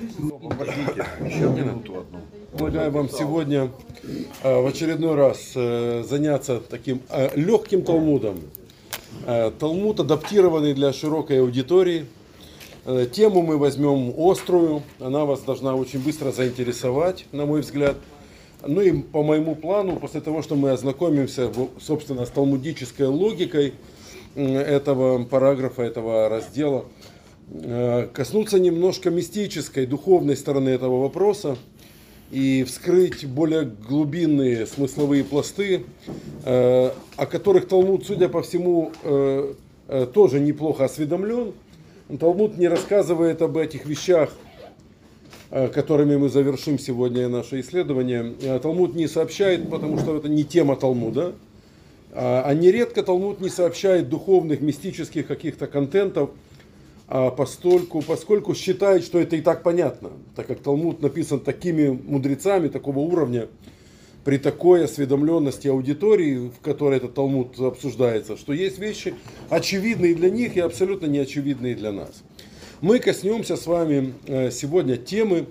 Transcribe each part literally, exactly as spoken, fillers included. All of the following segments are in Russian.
Подождите, еще минуту одну. Предлагаю вам сегодня э, в очередной раз э, заняться таким э, легким талмудом. Э, талмуд, адаптированный для широкой аудитории. Э, тему мы возьмем острую, она вас должна очень быстро заинтересовать, на мой взгляд. Ну и по моему плану, после того, что мы ознакомимся, собственно, с талмудической логикой этого параграфа, этого раздела, коснуться немножко мистической, духовной стороны этого вопроса и вскрыть более глубинные смысловые пласты, о которых Талмуд, судя по всему, тоже неплохо осведомлен. Талмуд не рассказывает об этих вещах, которыми мы завершим сегодня наше исследование. Талмуд не сообщает, потому что это не тема Талмуда. А нередко Талмуд не сообщает духовных, мистических каких-то контентов, а постольку, поскольку считает, что это и так понятно, так как Талмуд написан такими мудрецами такого уровня, при такой осведомленности аудитории, в которой этот Талмуд обсуждается, что есть вещи очевидные для них и абсолютно неочевидные для нас. Мы коснемся с вами сегодня темы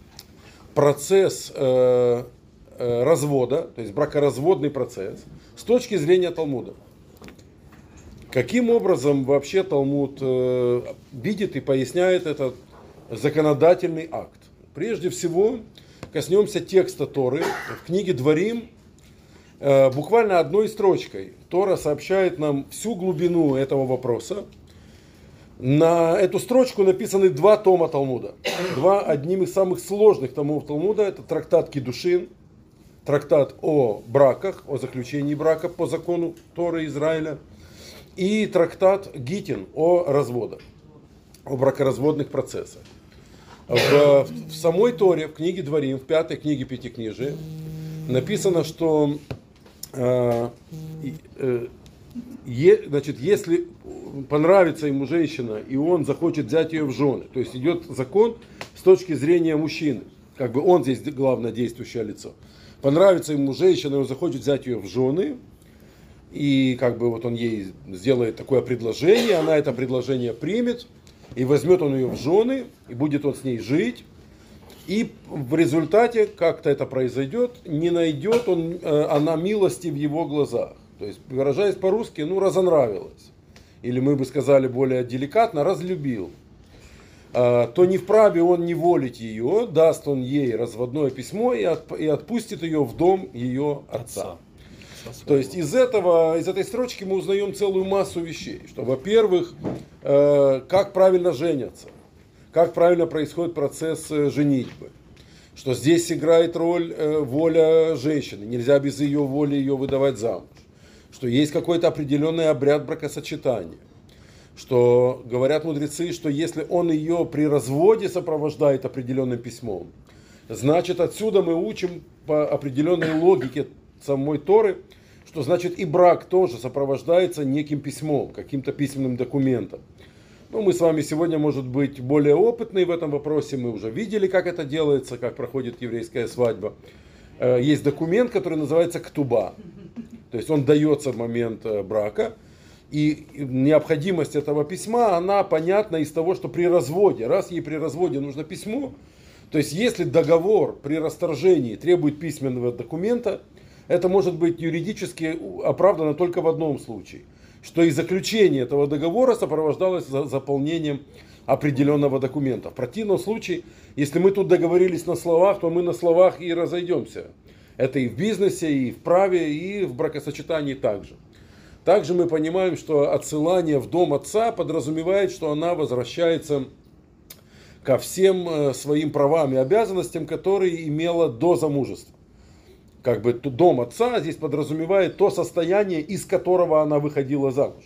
процесс развода, то есть бракоразводный процесс, с точки зрения Талмуда. Каким образом вообще Талмуд э, видит и поясняет этот законодательный акт? Прежде всего, коснемся текста Торы. В книге Дворим э, буквально одной строчкой Тора сообщает нам всю глубину этого вопроса. На эту строчку написаны два тома Талмуда. Два одним из самых сложных томов Талмуда. Это трактат Кидушин, трактат о браках, о заключении брака по закону Торы Израиля. И трактат Гитин о разводах, о бракоразводных процессах. В, в самой Торе, в книге Дворим, в пятой книге Пятикнижия, написано, что э, э, е, значит, если понравится ему женщина, и он захочет взять ее в жены, то есть идет закон с точки зрения мужчины, как бы он здесь главное действующее лицо. Понравится ему женщина, и он захочет взять ее в жены, и как бы вот он ей сделает такое предложение, она это предложение примет, и возьмет он ее в жены, и будет он с ней жить. И в результате, как-то это произойдет, не найдет он, она милости в его глазах. То есть, выражаясь по-русски, ну, разонравилась. Или мы бы сказали более деликатно, разлюбил. То не вправе он неволить ее, даст он ей разводное письмо и отпустит ее в дом ее отца. То есть из этого, из этой строчки мы узнаем целую массу вещей. Что, во-первых, э, как правильно женятся, как правильно происходит процесс э, женитьбы. Что здесь играет роль э, воля женщины, нельзя без ее воли ее выдавать замуж. Что есть какой-то определенный обряд бракосочетания. Что говорят мудрецы, что если он ее при разводе сопровождает определенным письмом, значит отсюда мы учим по определенной логике самой Торы, что значит и брак тоже сопровождается неким письмом, каким-то письменным документом. Ну, мы с вами сегодня, может быть, более опытные в этом вопросе, мы уже видели, как это делается, как проходит еврейская свадьба. Есть документ, который называется ктуба, то есть он дается в момент брака, и необходимость этого письма, она понятна из того, что при разводе, раз ей при разводе нужно письмо, то есть если договор при расторжении требует письменного документа, это может быть юридически оправдано только в одном случае, что и заключение этого договора сопровождалось заполнением определенного документа. В противном случае, если мы тут договорились на словах, то мы на словах и разойдемся. Это и в бизнесе, и в праве, и в бракосочетании также. Также мы понимаем, что отсылание в дом отца подразумевает, что она возвращается ко всем своим правам и обязанностям, которые имела до замужества. Как бы дом отца здесь подразумевает то состояние, из которого она выходила замуж.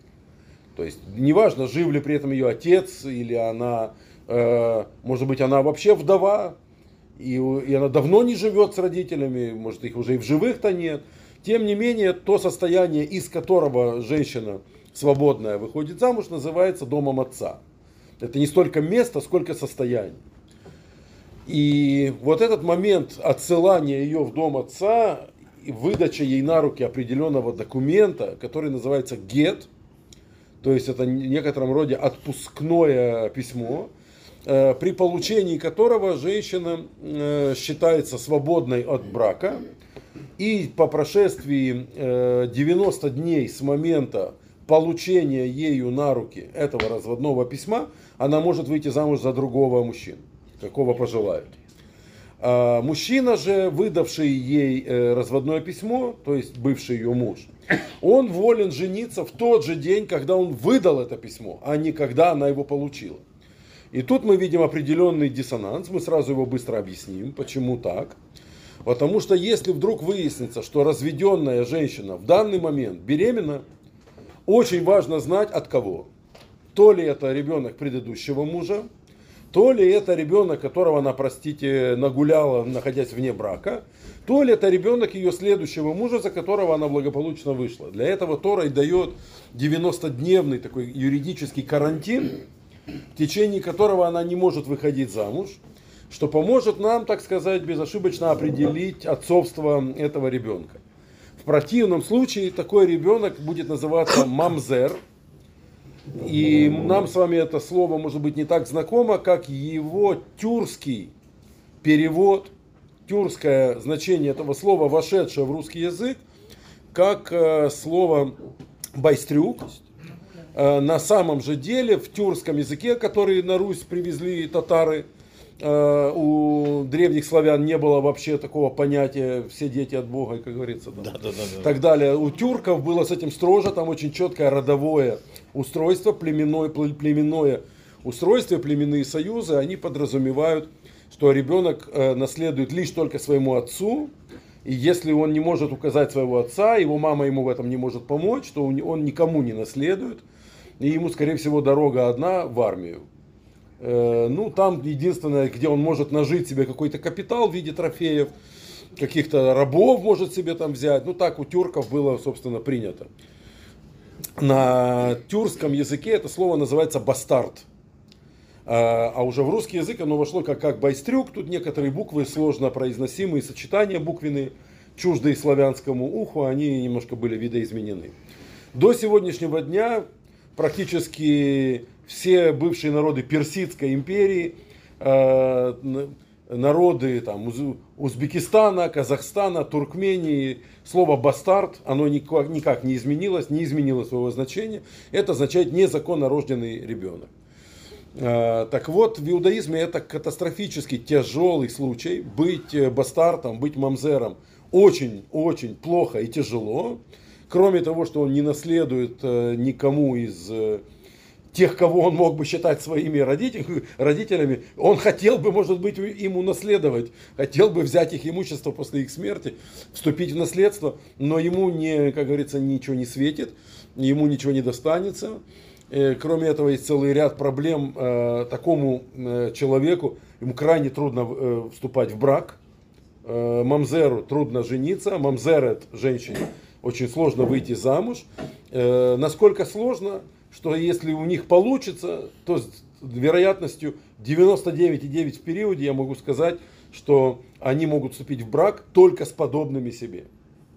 То есть неважно, жив ли при этом ее отец, или она, э, может быть, она вообще вдова, и, и она давно не живет с родителями, может, их уже и в живых-то нет. Тем не менее, то состояние, из которого женщина свободная выходит замуж, называется домом отца. Это не столько место, сколько состояние. И вот этот момент отсылания ее в дом отца, выдача ей на руки определенного документа, который называется гет, то есть это в некотором роде отпускное письмо, при получении которого женщина считается свободной от брака, и по прошествии девяноста дней с момента получения ею на руки этого разводного письма, она может выйти замуж за другого мужчину, какого пожелает. А мужчина же, выдавший ей разводное письмо, то есть бывший ее муж, он волен жениться в тот же день, когда он выдал это письмо, а не когда она его получила. И тут мы видим определенный диссонанс, мы сразу его быстро объясним, почему так. Потому что если вдруг выяснится, что разведенная женщина в данный момент беременна, очень важно знать от кого. То ли это ребенок предыдущего мужа, то ли это ребенок, которого она, простите, нагуляла, находясь вне брака, то ли это ребенок ее следующего мужа, за которого она благополучно вышла. Для этого Тора и дает девяностодневный такой юридический карантин, в течение которого она не может выходить замуж, что поможет нам, так сказать, безошибочно определить отцовство этого ребенка. В противном случае такой ребенок будет называться мамзер. И нам с вами это слово может быть не так знакомо, как его тюркский перевод, тюркское значение этого слова, вошедшее в русский язык, как слово байстрюк. На самом же деле в тюркском языке, который на Русь привезли татары, у древних славян не было вообще такого понятия «все дети от Бога», как говорится, там, да, да, да, да. Так далее. У тюрков было с этим строже, там очень четкое родовое устройство, племенное, племенное устройство, племенные союзы, они подразумевают, что ребенок наследует лишь только своему отцу, и если он не может указать своего отца, его мама ему в этом не может помочь, то он никому не наследует, и ему, скорее всего, дорога одна в армию. Ну, там единственное, где он может нажить себе какой-то капитал в виде трофеев, каких-то рабов может себе там взять. Ну, так у тюрков было, собственно, принято. На тюркском языке это слово называется бастард. А уже в русский язык оно вошло как, как байстрюк. Тут некоторые буквы сложно произносимые, сочетания буквенные, чуждые славянскому уху, они немножко были видоизменены. До сегодняшнего дня практически все бывшие народы Персидской империи, э, народы там, Узбекистана, Казахстана, Туркмении, слово бастард, оно никак, никак не изменилось, не изменило своего значения. Это означает незаконно рожденный ребенок. Э, так вот, в иудаизме это катастрофически тяжелый случай. Быть бастардом, быть мамзером очень-очень плохо и тяжело. Кроме того, что он не наследует э, никому из э, тех, кого он мог бы считать своими родителями, родителями, он хотел бы, может быть, им унаследовать, хотел бы взять их имущество после их смерти, вступить в наследство, но ему, не, как говорится, ничего не светит, ему ничего не достанется. Э, кроме этого, есть целый ряд проблем. Э, такому э, человеку, ему крайне трудно э, вступать в брак, э, мамзеру трудно жениться, мамзерет женщине очень сложно выйти замуж. Э, насколько сложно, что если у них получится, то с вероятностью девяносто девять и девять в периоде я могу сказать, что они могут вступить в брак только с подобными себе.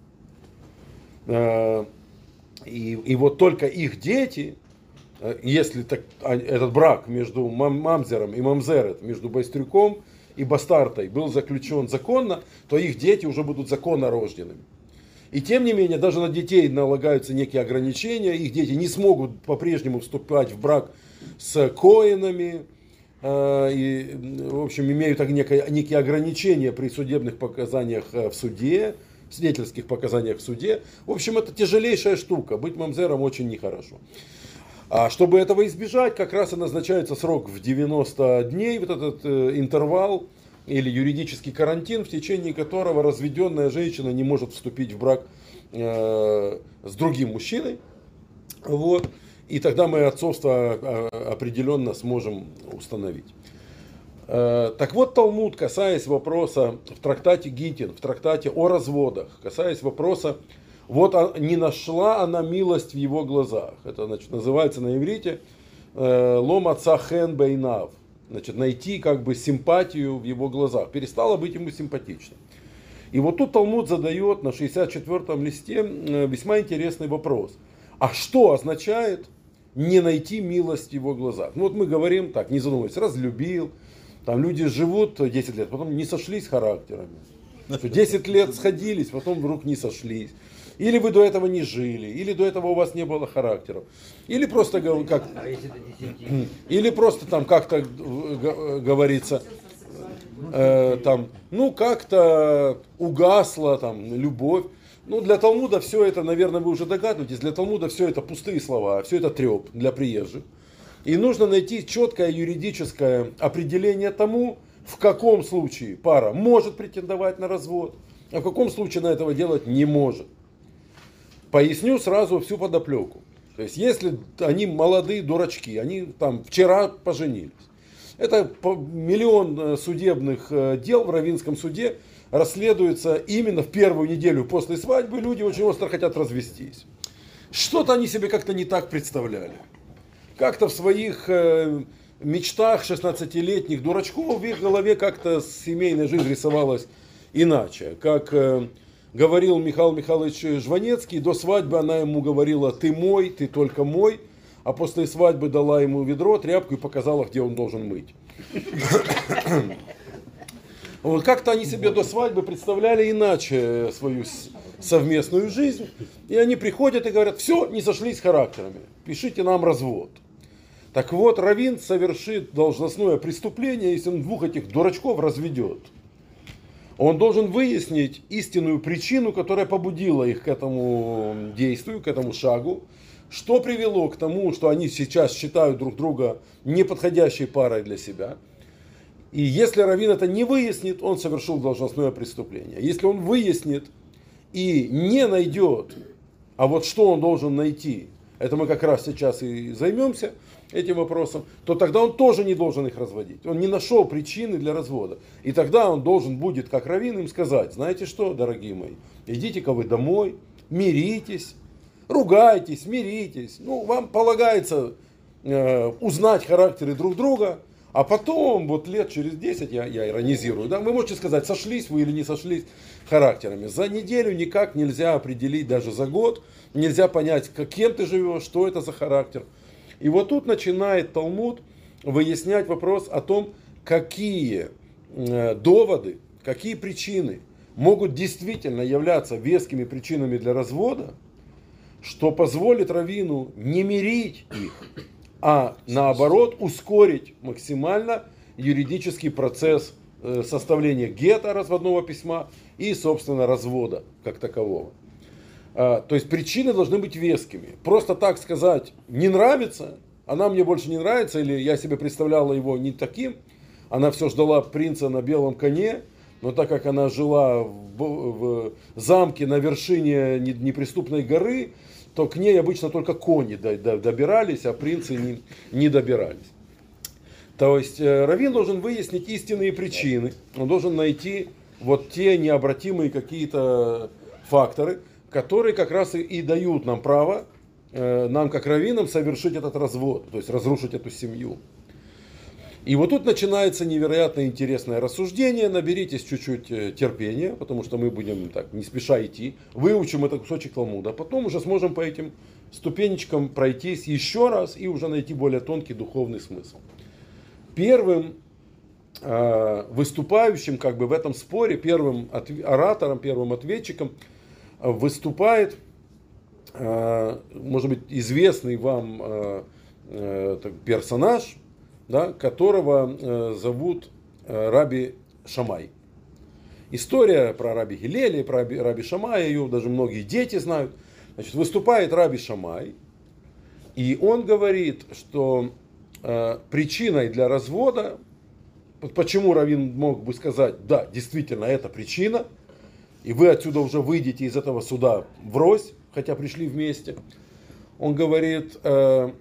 Э, и, и вот только их дети, если так, этот брак между мам, мамзером и мамзерет, между байстрюком и бастартой был заключен законно, то их дети уже будут законно рожденными. И тем не менее, даже на детей налагаются некие ограничения, их дети не смогут по-прежнему вступать в брак с коэнами, э, и, в общем, имеют некие, некие ограничения при судебных показаниях в суде, в свидетельских показаниях в суде. В общем, это тяжелейшая штука, быть мамзером очень нехорошо. А чтобы этого избежать, как раз и назначается срок в девяносто дней, вот этот э, интервал, или юридический карантин, в течение которого разведенная женщина не может вступить в брак э, с другим мужчиной. Вот. И тогда мы отцовство определенно сможем установить. Э, так вот, Талмуд, касаясь вопроса в трактате Гитин, в трактате о разводах, касаясь вопроса, вот не нашла она милость в его глазах. Это, значит, называется на иврите э, лом отца хен бейнав. Значит, найти как бы симпатию в его глазах. Перестало быть ему симпатично. И вот тут Талмуд задает на шестьдесят четвёртом листе весьма интересный вопрос. А что означает не найти милость в его глазах. Ну вот мы говорим так, не задумываясь, разлюбил, там люди живут десять лет, потом не сошлись характерами. десять лет сходились, потом вдруг не сошлись. Или вы до этого не жили, или до этого у вас не было характеров. Или просто как, или просто там как-то говорится, э, там, ну как-то угасла там любовь. Ну, для Талмуда все это, наверное, вы уже догадываетесь, для Талмуда все это пустые слова, все это треп для приезжих. И нужно найти четкое юридическое определение тому, в каком случае пара может претендовать на развод, а в каком случае она этого делать не может. Поясню сразу всю подоплеку. То есть, если они молодые дурачки, они там вчера поженились. Это миллион судебных дел в Равинском суде расследуется именно в первую неделю после свадьбы. Люди очень остро хотят развестись. Что-то они себе как-то не так представляли. Как-то в своих э, мечтах шестнадцатилетних дурачков в их голове как-то семейная жизнь рисовалась иначе. Как э, говорил Михаил Михайлович Жванецкий, до свадьбы она ему говорила: ты мой, ты только мой. А после свадьбы дала ему ведро, тряпку и показала, где он должен мыть. Вот как-то они себе до свадьбы представляли иначе свою совместную жизнь. И они приходят и говорят: все, не сошлись характерами, пишите нам развод. Так вот, раввин совершит должностное преступление, если он двух этих дурачков разведет. Он должен выяснить истинную причину, которая побудила их к этому действию, к этому шагу. Что привело к тому, что они сейчас считают друг друга неподходящей парой для себя. И если раввин это не выяснит, он совершил должностное преступление. Если он выяснит и не найдет, а вот что он должен найти, это мы как раз сейчас и займемся этим вопросом, то тогда он тоже не должен их разводить. Он не нашел причины для развода. И тогда он должен будет, как раввин, им сказать: знаете что, дорогие мои, идите-ка вы домой, миритесь, ругайтесь, миритесь. Ну, вам полагается э, узнать характеры друг друга. А потом, вот лет через десять, я, я иронизирую, да, вы можете сказать, сошлись вы или не сошлись характерами. За неделю никак нельзя определить, даже за год, нельзя понять, кем ты живешь, что это за характер. И вот тут начинает Талмуд выяснять вопрос о том, какие э, доводы, какие причины могут действительно являться вескими причинами для развода, что позволит раввину не мирить их, а наоборот ускорить максимально юридический процесс составления гета, разводного письма, и, собственно, развода как такового. То есть причины должны быть вескими. Просто так сказать: не нравится, она мне больше не нравится, или я себе представляла его не таким, она все ждала принца на белом коне, но так как она жила в, в замке на вершине неприступной горы, то к ней обычно только кони добирались, а принцы не, не добирались. То есть раввин должен выяснить истинные причины, он должен найти вот те необратимые какие-то факторы, которые как раз и, и дают нам право, э, нам как раввинам, совершить этот развод, то есть разрушить эту семью. И вот тут начинается невероятно интересное рассуждение. Наберитесь чуть-чуть терпения, потому что мы будем так не спеша идти, выучим этот кусочек Талмуда, а потом уже сможем по этим ступенечкам пройтись еще раз и уже найти более тонкий духовный смысл. Первым э, выступающим как бы в этом споре, первым отв- оратором, первым ответчиком выступает, э, может быть, известный вам э, э, персонаж, да, которого э, зовут э, Раби Шамай. История про Раби Гилеля, про Раби, Раби Шамая, ее даже многие дети знают. Значит, выступает Раби Шамай, и он говорит, что э, причиной для развода, почему раввин мог бы сказать: да, действительно, это причина, и вы отсюда уже выйдете из этого суда врозь, хотя пришли вместе. Он говорит... Э,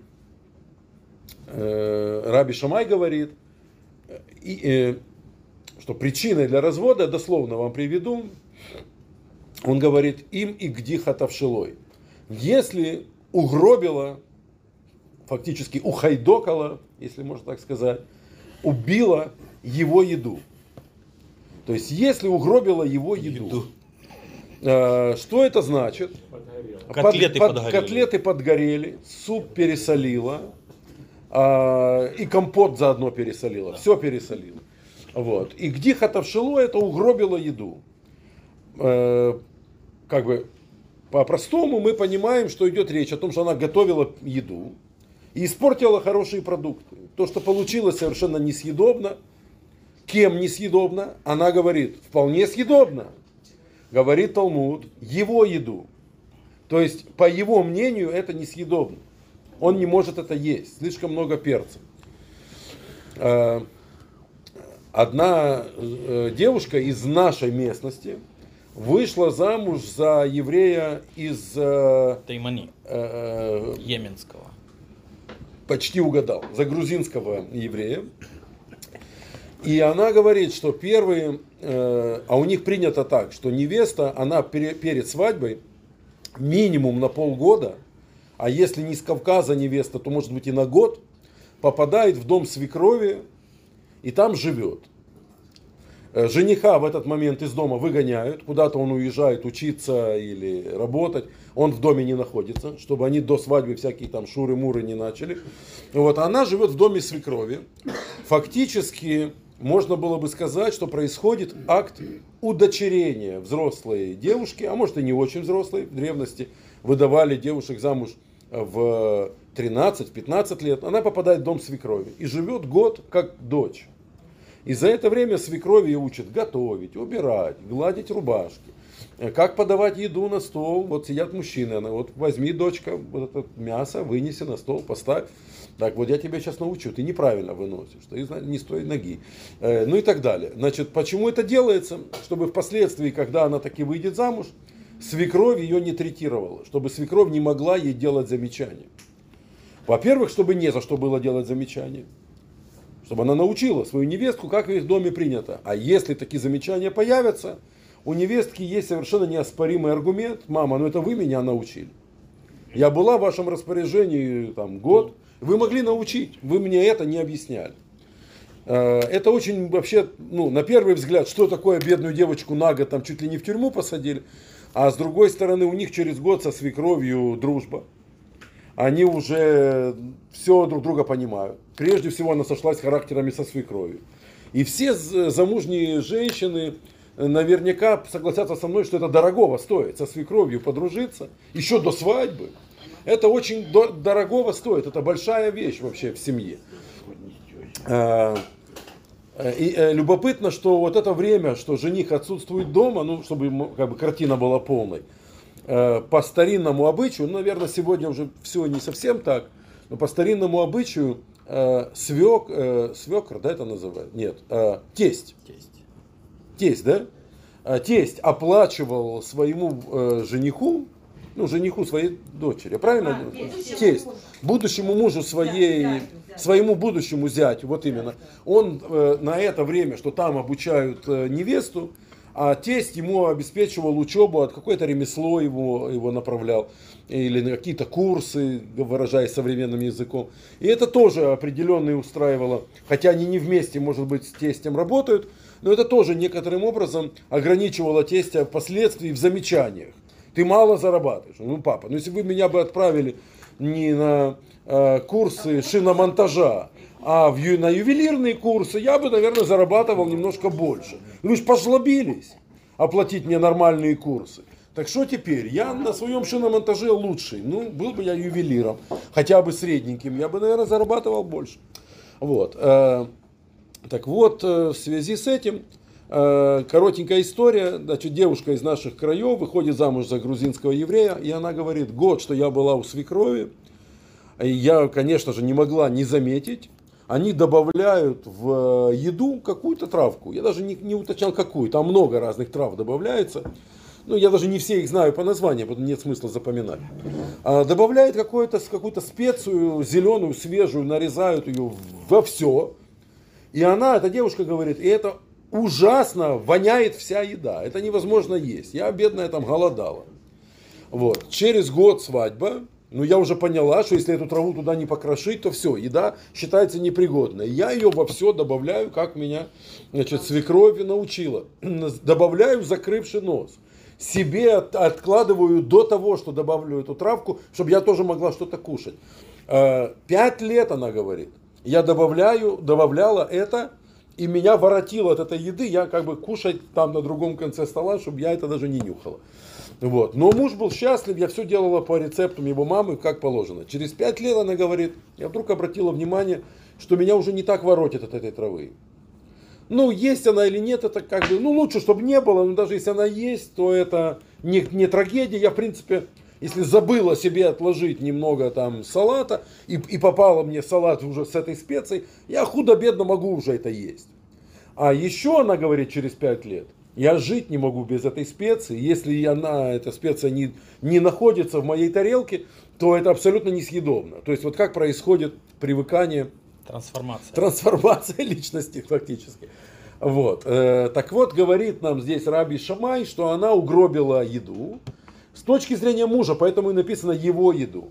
Раби Шамай говорит, что причиной для развода, дословно вам приведу, он говорит: им и гдиха тавшилой. Если угробила, фактически ухайдокала, если можно так сказать, убила его еду. То есть, если угробила его еду, еду. Что это значит? Котлеты под, подгорели. Котлеты подгорели, суп пересолила, и компот заодно пересолила, все пересолила. Вот. И гдиха тавшило, это угробило еду. Как бы по-простому мы понимаем, что идет речь о том, что она готовила еду и испортила хорошие продукты. То, что получилось совершенно несъедобно. Кем несъедобно? Она говорит, вполне съедобно. Говорит Талмуд, его еду. То есть, по его мнению, это несъедобно. Он не может это есть. Слишком много перца. Одна девушка из нашей местности вышла замуж за еврея из... Таймани. Э, Йеменского. Почти угадал. За грузинского еврея. И она говорит, что первые... Э, а у них принято так, что невеста, она пере, перед свадьбой минимум на полгода, а если не из Кавказа невеста, то может быть и на год, попадает в дом свекрови и там живет. Жениха в этот момент из дома выгоняют, куда-то он уезжает учиться или работать, он в доме не находится, чтобы они до свадьбы всякие там шуры-муры не начали. Вот, а она живет в доме свекрови. Фактически можно было бы сказать, что происходит акт удочерения взрослой девушки, а может и не очень взрослой, в древности выдавали девушек замуж в тринадцать-пятнадцать лет, она попадает в дом свекрови и живет год как дочь. И за это время свекровь ее учат готовить, убирать, гладить рубашки, как подавать еду на стол. Вот сидят мужчины, она вот возьми, дочка, вот это мясо, вынеси на стол, поставь. Так, вот я тебя сейчас научу, ты неправильно выносишь, ты не с той ноги. Ну и так далее. Значит, почему это делается? Чтобы впоследствии, когда она таки выйдет замуж, свекровь ее не третировала, чтобы свекровь не могла ей делать замечания. Во-первых, чтобы не за что было делать замечания. Чтобы она научила свою невестку, как в их доме принято. А если такие замечания появятся, у невестки есть совершенно неоспоримый аргумент. Мама, ну это вы меня научили. Я была в вашем распоряжении там, год, вы могли научить, вы мне это не объясняли. Это очень вообще, ну, на первый взгляд, что такое бедную девочку на год, там чуть ли не в тюрьму посадили. А с другой стороны, у них через год со свекровью дружба. Они уже все друг друга понимают. Прежде всего, она сошлась характерами со свекровью. И все замужние женщины наверняка согласятся со мной, что это дорогого стоит со свекровью подружиться, еще до свадьбы. Это очень дорогого стоит, это большая вещь вообще в семье. И любопытно, что вот это время, что жених отсутствует дома, ну, чтобы как бы картина была полной, по старинному обычаю, ну, наверное, сегодня уже все не совсем так, но по старинному обычаю свек, свекр, да, это называют? Нет, тесть. Тесть. Тесть, да? Тесть оплачивал своему жениху, ну, жениху своей дочери, правильно? А, тесть. Будущему мужу своей, да, да, своему будущему зятю, вот именно. Он э, на это время, что там обучают э, невесту, а тесть ему обеспечивал учебу, от какое-то ремесло его, его направлял, или на какие-то курсы, выражаясь современным языком. И это тоже определенно устраивало, хотя они не вместе, может быть, с тестем работают, но это тоже некоторым образом ограничивало тестя впоследствии в замечаниях. Ты мало зарабатываешь. Ну, папа, ну если вы меня бы отправили не на э, курсы шиномонтажа, а в, на ювелирные курсы, я бы, наверное, зарабатывал немножко больше. Вы же пожлобились оплатить мне нормальные курсы. Так что теперь? Я на своем шиномонтаже лучший. Ну, был бы я ювелиром, хотя бы средненьким, я бы, наверное, зарабатывал больше. Вот. Э, так вот, э, в связи с этим, э, коротенькая история. Значит, девушка из наших краев выходит замуж за грузинского еврея, и она говорит, год, что я была у свекрови, я, конечно же, не могла не заметить. Они добавляют в еду какую-то травку. Я даже не, не уточнял какую. Там много разных трав добавляется. Ну, я даже не все их знаю по названию, потому нет смысла запоминать. А добавляют какую-то, какую-то специю зеленую, свежую, нарезают ее во все. И она, эта девушка говорит, и это ужасно воняет вся еда. Это невозможно есть. Я, бедная, там голодала. Вот. Через год свадьба. Ну, я уже поняла, что если эту траву туда не покрошить, то все, еда считается непригодной. Я ее во все добавляю, как меня, значит, свекровь научила. Добавляю, закрывши нос. себе от, откладываю до того, что добавлю эту травку, чтобы я тоже могла что-то кушать. Э, пять лет, она говорит, я добавляю, добавляла это, и меня воротило от этой еды, я как бы кушать там на другом конце стола, чтобы я это даже не нюхала. Вот. Но муж был счастлив, я все делала по рецептам его мамы, как положено. Через пять лет, она говорит, я вдруг обратила внимание, что меня уже не так воротит от этой травы. Ну, есть она или нет, это как бы, ну, лучше, чтобы не было, но даже если она есть, то это не, не трагедия. Я, в принципе, если забыла себе отложить немного там салата, и, и попало мне салат уже с этой специей, я худо-бедно могу уже это есть. А еще она говорит через пять лет, я жить не могу без этой специи. Если она, эта специя не, не находится в моей тарелке, то это абсолютно несъедобно. То есть вот как происходит привыкание, трансформация, трансформация личности фактически. Вот. Так вот, говорит нам здесь Раби Шамай, что она угробила еду с точки зрения мужа, поэтому и написано его еду.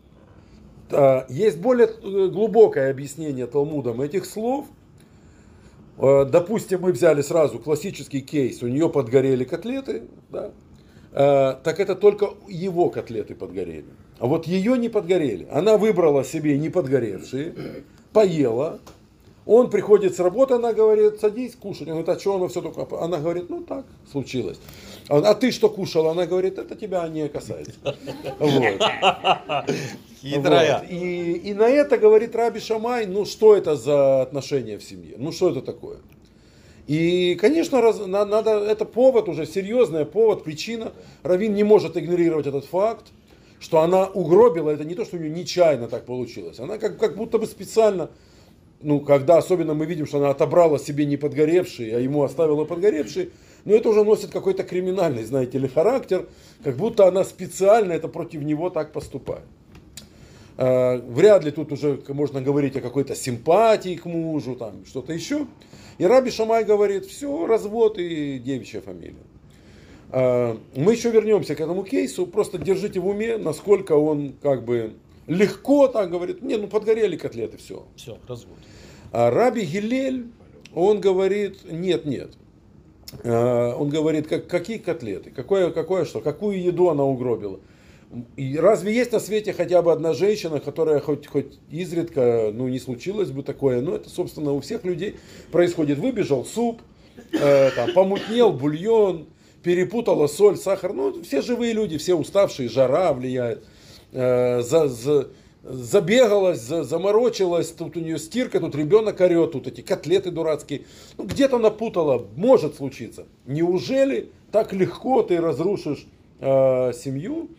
Есть более глубокое объяснение Талмудом этих слов. Допустим, мы взяли сразу классический кейс, у нее подгорели котлеты, да? Так это только его котлеты подгорели. А вот ее не подгорели. Она выбрала себе не подгоревшие, поела. Он приходит с работы, она говорит, садись кушать. Он говорит, а что оно все только... Она говорит, ну так случилось. А ты что кушала? Она говорит, это тебя не касается. Вот. Хитрая. Вот. И, и на это говорит Раби Шамай, ну что это за отношения в семье? Ну что это такое? И, конечно, раз, на, надо, это повод, уже серьезный повод, причина. Раввин не может игнорировать этот факт, что она угробила, это не то, что у нее нечаянно так получилось. Она как, как будто бы специально, ну, когда особенно мы видим, что она отобрала себе не подгоревшие, а ему оставила подгоревшие, но это уже носит какой-то криминальный, знаете ли, характер, как будто она специально это против него так поступает. Вряд ли тут уже можно говорить о какой-то симпатии к мужу, там что-то еще. И Раби Шамай говорит, все, развод и девичья фамилия. Мы еще вернемся к этому кейсу, просто держите в уме, насколько он как бы легко так говорит, не, ну подгорели котлеты, все. Все, развод. А Раби Гилель, он говорит, нет, нет. Он говорит, как, какие котлеты, какое, какое что, какую еду она угробила. И разве есть на свете хотя бы одна женщина, которая хоть, хоть изредка, ну не случилось бы такое, но это, собственно, у всех людей происходит. Выбежал суп, э, там, помутнел бульон, перепутала соль, сахар. Ну, все живые люди, все уставшие, жара влияет. Э, за, за, забегалась, за, заморочилась, тут у нее стирка, тут ребенок орет, тут эти котлеты дурацкие. Ну, где-то напутала, может случиться. Неужели так легко ты разрушишь э, семью?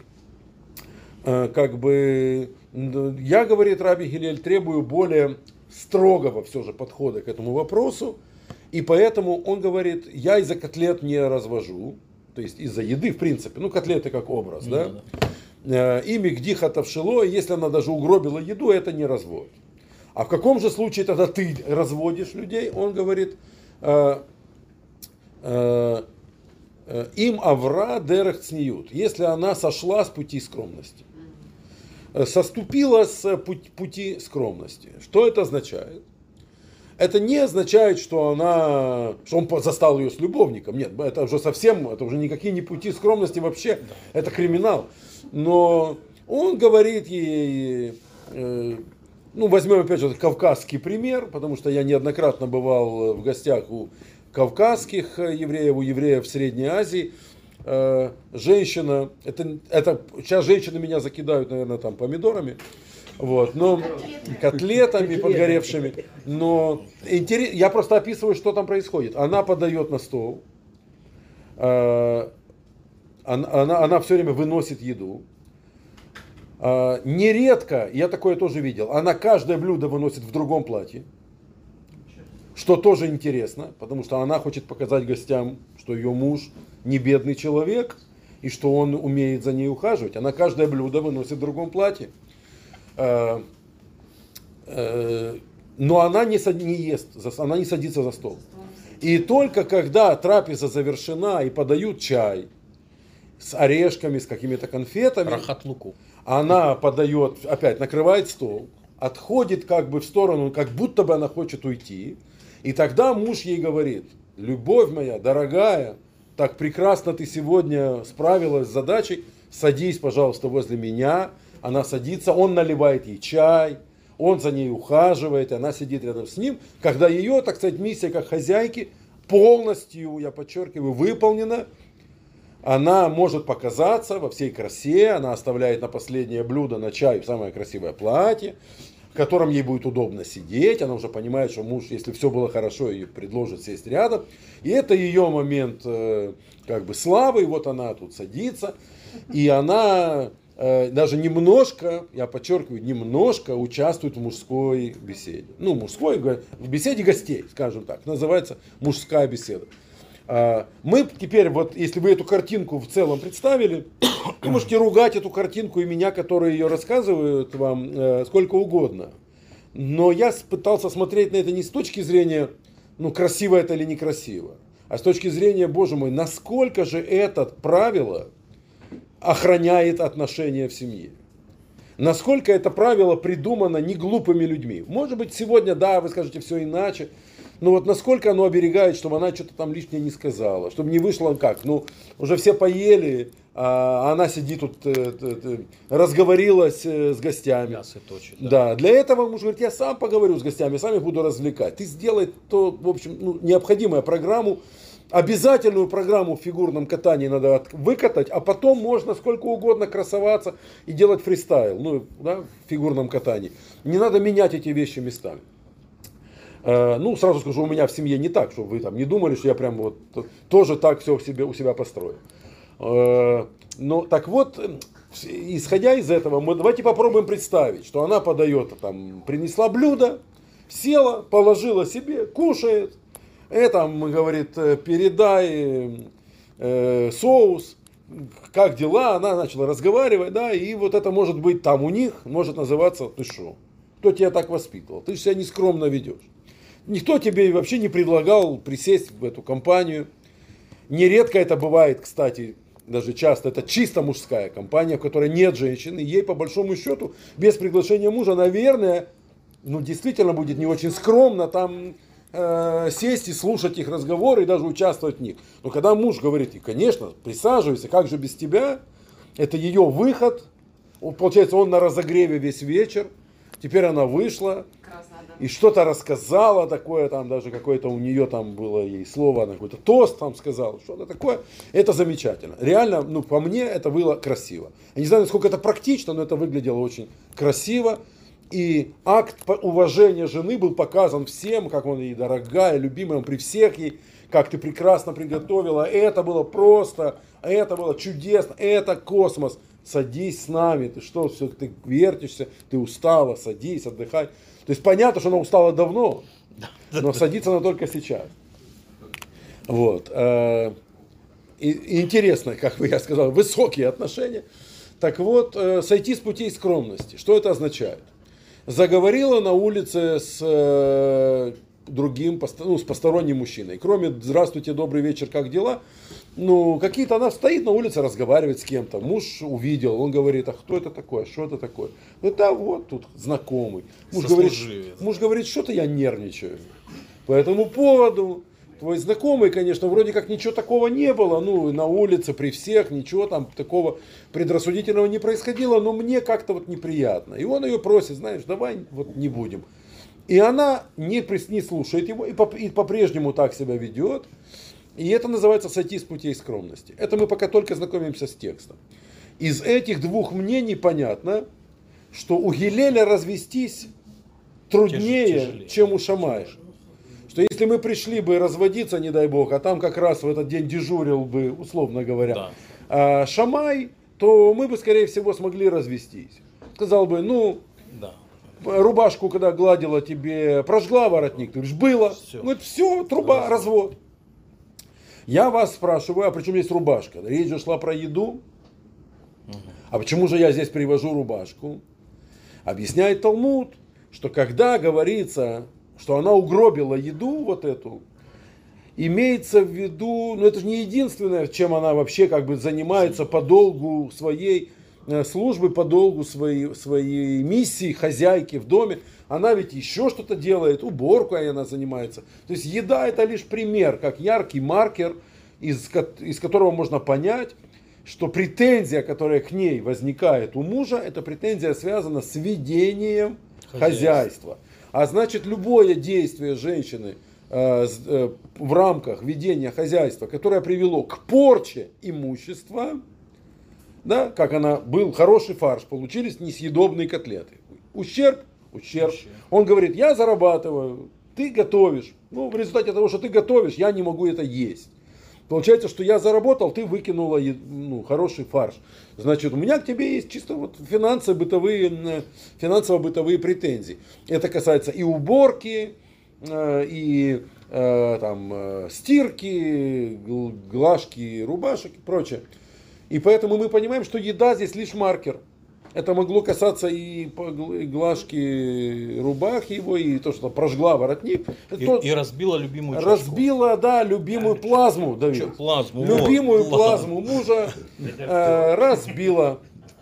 Как бы, я, говорит Раби Гилель, требую более строгого все же подхода к этому вопросу, и поэтому он говорит, я из-за котлет не развожу, то есть из-за еды, в принципе, ну котлеты как образ, да, да. Ими гдиха тавшило, если она даже угробила еду, это не развод. А в каком же случае тогда ты разводишь людей? Он говорит, им авра дерех цниют, если она сошла с пути скромности. Соступила с пути скромности. Что это означает? Это не означает, что она, что он застал ее с любовником. Нет, это уже совсем, это уже никакие не пути скромности вообще. Это криминал. Но он говорит ей, э, ну возьмем опять же кавказский пример, потому что я неоднократно бывал в гостях у кавказских евреев, у евреев в Средней Азии. Женщина, это, это сейчас женщины меня закидают, наверное, там помидорами, вот, но котлетами подгоревшими, но интерес, я просто описываю, что там происходит. Она подает на стол, она, она, она все время выносит еду. Нередко, я такое тоже видел, она каждое блюдо выносит в другом платье, что тоже интересно, потому что она хочет показать гостям, что ее муж не бедный человек, и что он умеет за ней ухаживать. Она каждое блюдо выносит в другом платье. Но она не, не ест, она не садится за стол. И только когда трапеза завершена и подают чай с орешками, с какими-то конфетами, рахат луку, она подает, опять накрывает стол, отходит как бы в сторону, как будто бы она хочет уйти. И тогда муж ей говорит, любовь моя, дорогая, так прекрасно ты сегодня справилась с задачей, садись, пожалуйста, возле меня. Она садится, он наливает ей чай, он за ней ухаживает, и она сидит рядом с ним. Когда ее, так сказать, миссия как хозяйки полностью, я подчеркиваю, выполнена, она может показаться во всей красе, она оставляет на последнее блюдо, на чай, самое красивое платье, в котором ей будет удобно сидеть. Она уже понимает, что муж, если все было хорошо, ей предложит сесть рядом. И это ее момент э, как бы славы, и вот она тут садится, и она... даже немножко, я подчеркиваю, немножко участвует в мужской беседе. Ну, мужской, в беседе гостей, скажем так, называется мужская беседа. Мы теперь, вот если вы эту картинку в целом представили, вы можете ругать эту картинку и меня, которые ее рассказывают вам, сколько угодно. Но я пытался смотреть на это не с точки зрения, ну, красиво это или некрасиво, а с точки зрения, боже мой, насколько же это правило охраняет отношения в семье. Насколько это правило придумано не глупыми людьми. Может быть, сегодня, да, вы скажете все иначе, но вот насколько оно оберегает, чтобы она что-то там лишнее не сказала, чтобы не вышло как, ну, уже все поели, а она сидит тут, э, э, разговорилась с гостями. Мясо точит, да. Да, для этого муж говорит, я сам поговорю с гостями, сам их буду развлекать. Ты сделай то, в общем, ну, необходимую программу. Обязательную программу в фигурном катании надо выкатать, а потом можно сколько угодно красоваться и делать фристайл, ну, да, в фигурном катании. Не надо менять эти вещи местами. Э, ну, сразу скажу, у меня в семье не так, чтобы вы там не думали, что я прям вот тоже так все в себе, у себя построю. Э, но так вот, исходя из этого, мы давайте попробуем представить, что она подает, там, принесла блюдо, села, положила себе, кушает. Это, говорит, передай э, соус, как дела, она начала разговаривать, да, и вот это может быть там у них, может называться, ты шо, кто тебя так воспитывал, ты же себя нескромно ведешь. Никто тебе вообще не предлагал присесть в эту компанию. Нередко это бывает, кстати, даже часто, это чисто мужская компания, в которой нет женщины, и ей по большому счету, без приглашения мужа, наверное, ну действительно будет не очень скромно там... сесть и слушать их разговоры и даже участвовать в них. Но когда муж говорит, и, конечно, присаживайся, как же без тебя, это ее выход. Получается, он на разогреве весь вечер. Теперь она вышла и что-то рассказала такое, там даже какое-то у нее там было ей слово, она какой-то тост там сказала, что-то такое. Это замечательно. Реально, ну, по мне, это было красиво. Я не знаю, насколько это практично, но это выглядело очень красиво. И акт уважения жены был показан всем, как он ей дорогая, любимая, он при всех ей, как ты прекрасно приготовила. Это было просто, это было чудесно, это космос. Садись с нами, ты что, все, ты вертишься, ты устала, садись, отдыхай. То есть понятно, что она устала давно, но садится она только сейчас. Вот. И интересно, как бы я сказал, высокие отношения. Так вот, сойти с путей скромности. Что это означает? Заговорила на улице с э, другим, ну, с посторонним мужчиной. Кроме «здравствуйте, добрый вечер, как дела?», ну, какие-то, она стоит на улице, разговаривает с кем-то. Муж увидел, он говорит, а кто это такое, что это такое? Ну, это вот тут знакомый. Муж говорит, муж говорит, что-то я нервничаю. По этому поводу твой знакомый, конечно, вроде как ничего такого не было, ну, на улице, при всех, ничего там такого предрассудительного не происходило, но мне как-то вот неприятно. И он ее просит, знаешь, давай вот не будем. И она не, не слушает его и, по, и по-прежнему так себя ведет. И это называется сойти с путей скромности. Это мы пока только знакомимся с текстом. Из этих двух мнений понятно, что у Гилеля развестись труднее, Тяжелее. чем у Шамая. Что если мы пришли бы разводиться, не дай бог, а там как раз в этот день дежурил бы, условно говоря, да. Шамай, то мы бы, скорее всего, смогли развестись. Сказал бы, ну, да. рубашку, когда гладила тебе, прожгла воротник, ты говоришь, было. Все. Ну, это все, труба, развод. Я вас спрашиваю, а при чем здесь рубашка? Речь же шла про еду. Угу. А почему же я здесь привожу рубашку? Объясняет Талмуд, что когда говорится... что она угробила еду вот эту, имеется в виду, ну это же не единственное, чем она вообще как бы занимается по долгу своей службы, по долгу своей, своей миссии хозяйки в доме. Она ведь еще что-то делает, уборкой она занимается. То есть еда это лишь пример, как яркий маркер из, из которого можно понять, что претензия, которая к ней возникает у мужа, эта претензия связана с ведением хозяйства. хозяйства. А значит, любое действие женщины э, э, в рамках ведения хозяйства, которое привело к порче имущества, да, как она, был хороший фарш, получились несъедобные котлеты. Ущерб? Ущерб. Ущерб. Он говорит, я зарабатываю, ты готовишь. Ну, в результате того, что ты готовишь, я не могу это есть. Получается, что я заработал, ты выкинула ну, хороший фарш. Значит, у меня к тебе есть чисто вот финансово-бытовые, финансово-бытовые претензии. Это касается и уборки, и там, стирки, глажки, рубашек и прочее. И поэтому мы понимаем, что еда здесь лишь маркер. Это могло касаться и глажки рубахи его, и то, что прожгла воротник. И, то, и разбила любимую чашку. Разбила, да, любимую плазму, Давид. Что, плазму? Любимую вот, плазму мужа э, разбила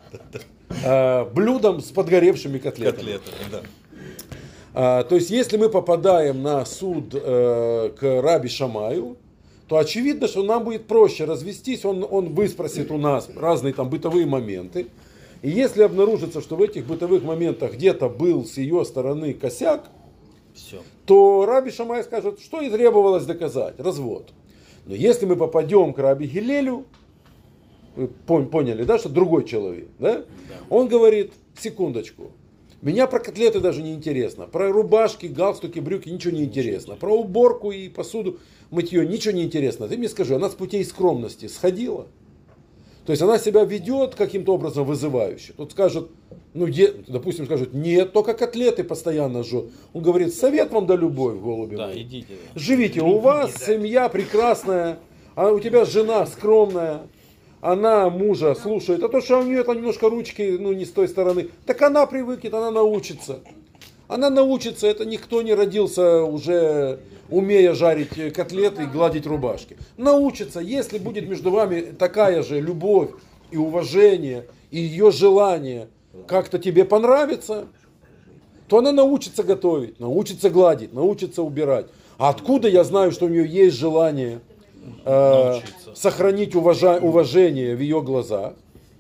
э, блюдом с подгоревшими котлетами. Котлетами, да. А, то есть, если мы попадаем на суд э, к Раби Шамаю, то очевидно, что нам будет проще развестись, он, он выспросит у нас разные там бытовые моменты. И если обнаружится, что в этих бытовых моментах где-то был с ее стороны косяк, Все. то Раби Шамай скажет, что и требовалось доказать, развод. Но если мы попадем к Раби Гилелю, вы поняли, да, что другой человек, да? Да. Он говорит, секундочку, меня про котлеты даже не интересно, про рубашки, галстуки, брюки ничего не интересно, про уборку и посуду, мытье ничего не интересно. Ты мне скажи, она с путей скромности сходила? То есть она себя ведет каким-то образом вызывающе. Тут скажет, ну, е, допустим, скажет, нет, только котлеты постоянно жжет. Он говорит, совет вам да любовь, голуби Да, мои. идите. Живите, у вас семья прекрасная, а у тебя жена скромная, она мужа слушает, а то, что у нее там немножко ручки, ну, не с той стороны, так она привыкнет, она научится. Она научится, это никто не родился уже умея жарить котлеты и гладить рубашки. Научится, если будет между вами такая же любовь и уважение, и ее желание как-то тебе понравится, то она научится готовить, научится гладить, научится убирать. А откуда я знаю, что у нее есть желание э, сохранить уважа- уважение в ее глазах?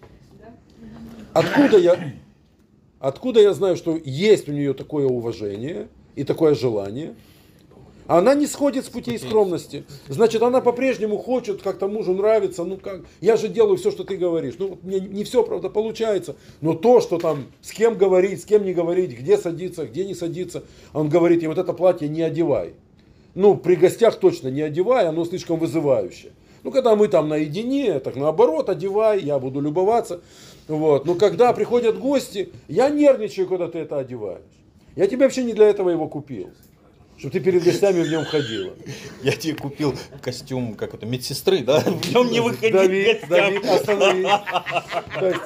Откуда я... Откуда я знаю, что есть у нее такое уважение и такое желание? Она не сходит с путей скромности. Значит, она по-прежнему хочет, как-то мужу нравится. Ну как, я же делаю все, что ты говоришь. Ну, мне не все, правда, получается. Но то, что там, с кем говорить, с кем не говорить, где садиться, где не садиться. Он говорит, и вот это платье не одевай. Ну, при гостях точно не одевай, оно слишком вызывающее. Ну, когда мы там наедине, так наоборот, одевай, я буду любоваться. Вот. Но когда приходят гости, я нервничаю, когда ты это одеваешь. Я тебе вообще не для этого его купил. Чтобы ты перед гостями в нем ходила. Я тебе купил костюм, как это, медсестры, да? В нем не выходить Давид, к Давид, остановись. То есть,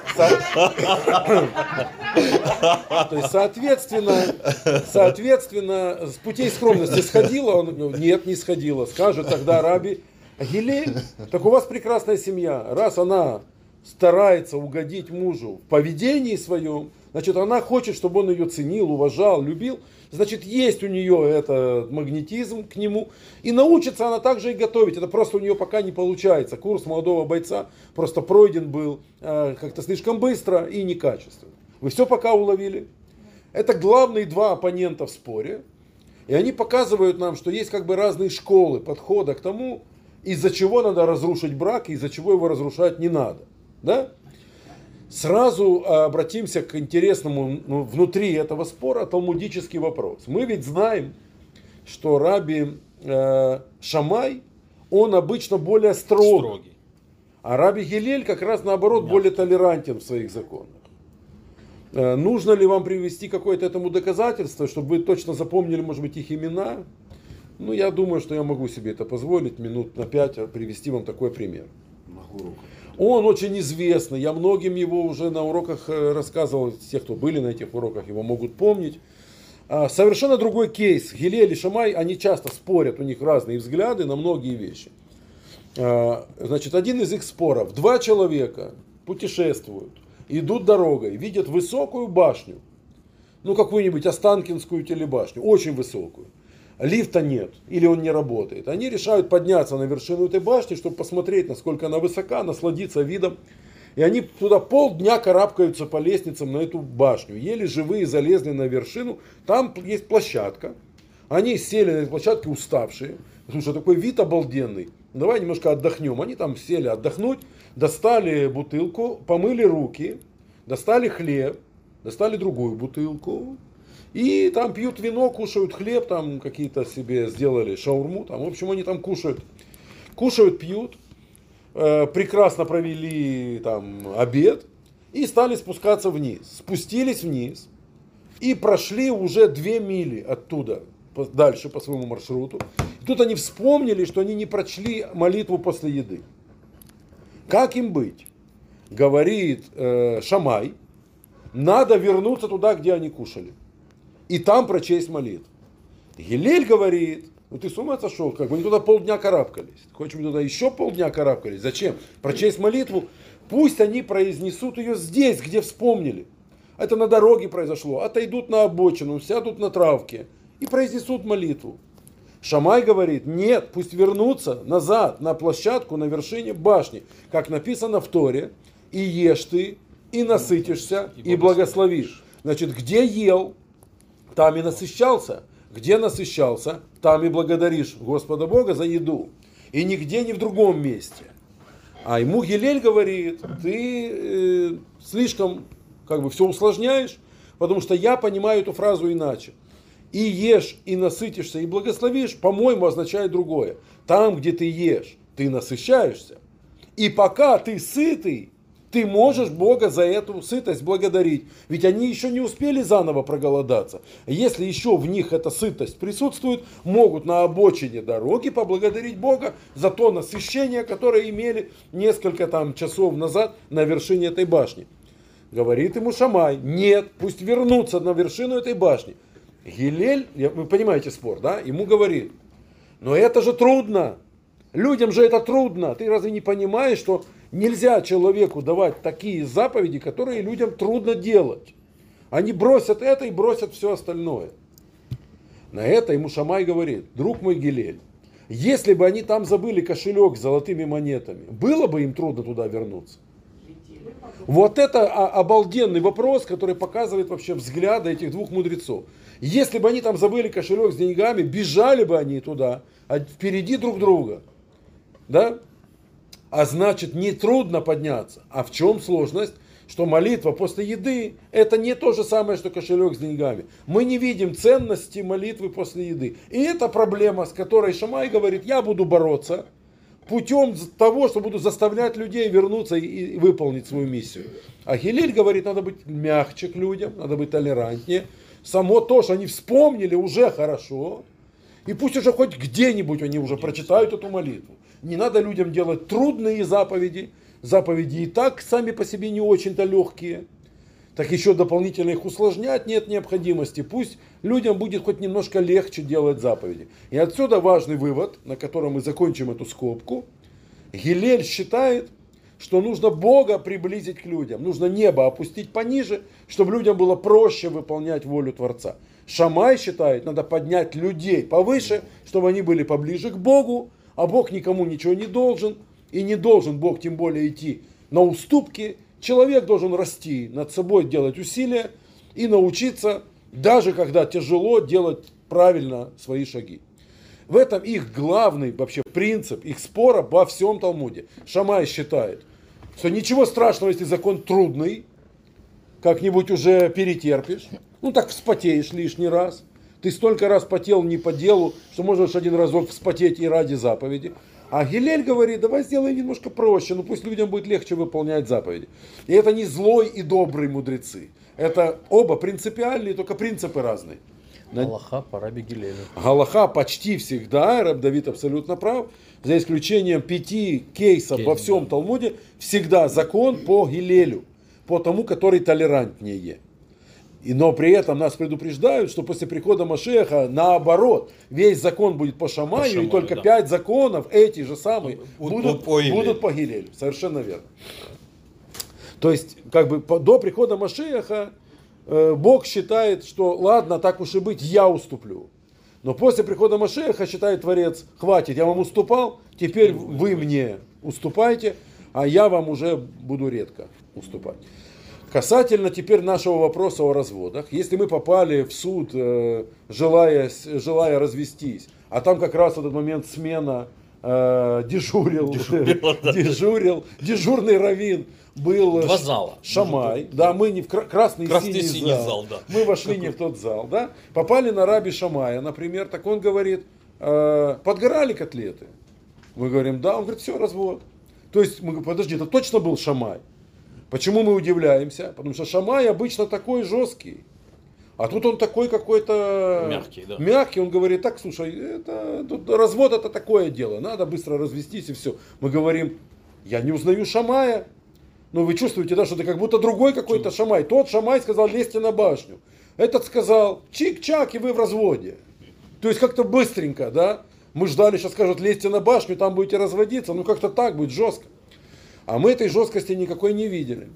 со... То есть, соответственно, соответственно, с путей скромности сходила? Он, ну, нет, не сходила. Скажет тогда Раби Гилель, так у вас прекрасная семья. Раз она старается угодить мужу в поведении своем, значит, она хочет, чтобы он ее ценил, уважал, любил. Значит, есть у нее этот магнетизм к нему. И научится она также и готовить. Это просто у нее пока не получается. Курс молодого бойца просто пройден был э, как-то слишком быстро и некачественно. Вы все пока уловили? Это главные два оппонента в споре. И они показывают нам, что есть как бы разные школы подхода к тому, из-за чего надо разрушить брак, и из-за чего его разрушать не надо. Да? Сразу обратимся к интересному, ну, внутри этого спора талмудический вопрос. Мы ведь знаем, что Раби э, Шамай, он обычно более строг, Строгий. А Раби Гилель как раз наоборот более толерантен в своих законах. Э, нужно ли вам привести какое-то этому доказательство, чтобы вы точно запомнили, может быть, их имена? Ну, я думаю, что я могу себе это позволить, минут на пять привести вам такой пример. Могу руку. Он очень известный, я многим его уже на уроках рассказывал, те, кто были на этих уроках, его могут помнить. Совершенно другой кейс. Гилель и Шамай, они часто спорят, у них разные взгляды на многие вещи. Значит, один из их споров. Два человека путешествуют, идут дорогой, видят высокую башню, ну какую-нибудь Останкинскую телебашню, очень высокую. лифта нет, или он не работает. Они решают подняться на вершину этой башни, чтобы посмотреть, насколько она высока, насладиться видом. И они туда полдня карабкаются по лестницам на эту башню. Еле живые залезли на вершину. Там есть площадка. Они сели на этой площадке уставшие. Слушай, такой вид обалденный. Давай немножко отдохнем. Они там сели отдохнуть, достали бутылку, помыли руки, достали хлеб, достали другую бутылку. И там пьют вино, кушают хлеб, там какие-то себе сделали шаурму. Там, в общем, они там кушают. Кушают, пьют. Э, прекрасно провели там обед. И стали спускаться вниз. Спустились вниз. И прошли уже две мили оттуда. Дальше по своему маршруту. И тут они вспомнили, что они не прочли молитву после еды. Как им быть? Говорит э, Шамай. Надо вернуться туда, где они кушали. И там прочесть молитву. Гилель говорит, ну ты с ума сошел, как бы они туда полдня карабкались. Хочешь, мы туда еще полдня карабкались? Зачем? Прочесть молитву, пусть они произнесут ее здесь, где вспомнили. Это на дороге произошло. Отойдут на обочину, сядут на травке и произнесут молитву. Шамай говорит, нет, пусть вернутся назад на площадку на вершине башни, как написано в Торе, и ешь ты, и насытишься, и благословишь. Значит, где ел, там и насыщался. Где насыщался, там и благодаришь Господа Бога за еду. И нигде, ни в другом месте. А ему Гилель говорит, ты э, слишком как бы все усложняешь, потому что я понимаю эту фразу иначе. И ешь, и насытишься, и благословишь, по-моему, означает другое. Там, где ты ешь, ты насыщаешься. И пока ты сытый, ты можешь Бога за эту сытость благодарить. Ведь они еще не успели заново проголодаться. Если еще в них эта сытость присутствует, могут на обочине дороги поблагодарить Бога за то насыщение, которое имели несколько там часов назад на вершине этой башни. Говорит ему Шамай, нет, пусть вернутся на вершину этой башни. Гилель, вы понимаете спор, да? Ему говорит, но это же трудно. Людям же это трудно. Ты разве не понимаешь, что нельзя человеку давать такие заповеди, которые людям трудно делать? Они бросят это и бросят все остальное. На это ему Шамай говорит, друг мой Гилель, если бы они там забыли кошелек с золотыми монетами, было бы им трудно туда вернуться? Вот это обалденный вопрос, который показывает вообще взгляды этих двух мудрецов. Если бы они там забыли кошелек с деньгами, бежали бы они туда, а впереди друг друга. Да? А значит, не трудно подняться. А в чем сложность? Что молитва после еды, это не то же самое, что кошелек с деньгами. Мы не видим ценности молитвы после еды. И это проблема, с которой Шамай говорит, я буду бороться путем того, что буду заставлять людей вернуться и выполнить свою миссию. А Гилель говорит, надо быть мягче к людям, надо быть толерантнее. Само то, что они вспомнили, уже хорошо. И пусть уже хоть где-нибудь они уже прочитают эту молитву. Не надо людям делать трудные заповеди. Заповеди и так сами по себе не очень-то легкие. Так еще дополнительно их усложнять нет необходимости. Пусть людям будет хоть немножко легче делать заповеди. И отсюда важный вывод, на котором мы закончим эту скобку. Гилель считает, что нужно Бога приблизить к людям. Нужно небо опустить пониже, чтобы людям было проще выполнять волю Творца. Шамай считает, надо поднять людей повыше, чтобы они были поближе к Богу, а Бог никому ничего не должен. И не должен Бог тем более идти на уступки. Человек должен расти, над собой делать усилия и научиться, даже когда тяжело, делать правильно свои шаги. В этом их главный вообще принцип, их спора во всем Талмуде. Шамай считает, что ничего страшного, если закон трудный, как-нибудь уже перетерпишь, ну так вспотеешь лишний раз. Ты столько раз потел не по делу, что можешь один разок вспотеть и ради заповеди. А Гилель говорит, давай сделаем немножко проще, ну пусть людям будет легче выполнять заповеди. И это не злой и добрый мудрецы. Это оба принципиальные, только принципы разные. Галаха по Раби Гилелю. Галаха почти всегда, Раб Давид абсолютно прав, за исключением пяти кейсов Кейс, во всем да. Талмуде, всегда закон по Гилелю, по тому, который толерантнее. И, но при этом нас предупреждают, что после прихода Машеха, наоборот, весь закон будет по Шамаю, По Шамаю, и только да. пять законов, эти же самые, Будут будут, по Гилелю. будут по Гилелю. Совершенно верно. То есть, как бы по, до прихода Машеха э, Бог считает, что ладно, так уж и быть, я уступлю. Но после прихода Машеха, считает Творец, хватит, я вам уступал, теперь вы мне уступайте, а я вам уже буду редко уступать. Касательно теперь нашего вопроса о разводах. Если мы попали в суд, э, желая, желая развестись, а там как раз в этот момент смена э, дежурил, дежурил, да. дежурил, дежурный раввин был Два зала. Шамай, да, мы не в красный, красный синий, синий зал, зал да. мы вошли Какой? не в тот зал, да, попали на раби Шамая, например, так он говорит, э, подгорали котлеты? Мы говорим, да, он говорит, все, развод. То есть, мы говорим, подожди, это точно был Шамай? Почему мы удивляемся? Потому что Шамай обычно такой жесткий. А тут он такой какой-то мягкий, да. мягкий. Он говорит, так, слушай, это, тут развод это такое дело. Надо быстро развестись и все. Мы говорим, я не узнаю Шамая. Но вы чувствуете, да, что это как будто другой какой-то Шамай. Тот Шамай сказал, лезьте на башню. Этот сказал, чик-чак, и вы в разводе. То есть как-то быстренько, да. Мы ждали, сейчас скажут, лезьте на башню, там будете разводиться. Ну как-то так будет жестко. А мы этой жесткости никакой не видели.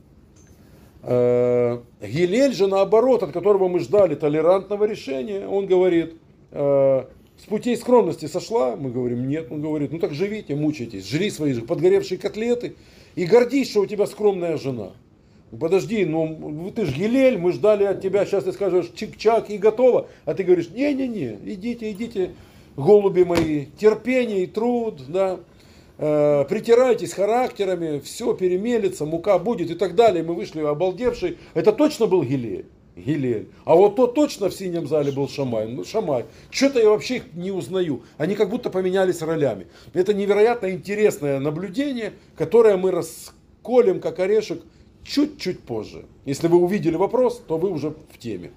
Гилель же, наоборот, от которого мы ждали толерантного решения, он говорит, с путей скромности сошла? Мы говорим, нет. Он говорит, ну так живите, мучайтесь, жри свои же подгоревшие котлеты и гордись, что у тебя скромная жена. Подожди, ну ты ж Гилель, мы ждали от тебя, сейчас ты скажешь чик-чак и готово. А ты говоришь, не-не-не, идите, идите, голуби мои, терпение и труд, да. Притирайтесь характерами, все перемелится, мука будет и так далее. Мы вышли обалдевшие. Это точно был Гилель? Гилель. А вот тот точно в синем зале был Шамай. Ну, Шамай. Что-то я вообще их не узнаю. Они как будто поменялись ролями. Это невероятно интересное наблюдение, которое мы расколем как орешек чуть-чуть позже. Если вы увидели вопрос, то вы уже в теме.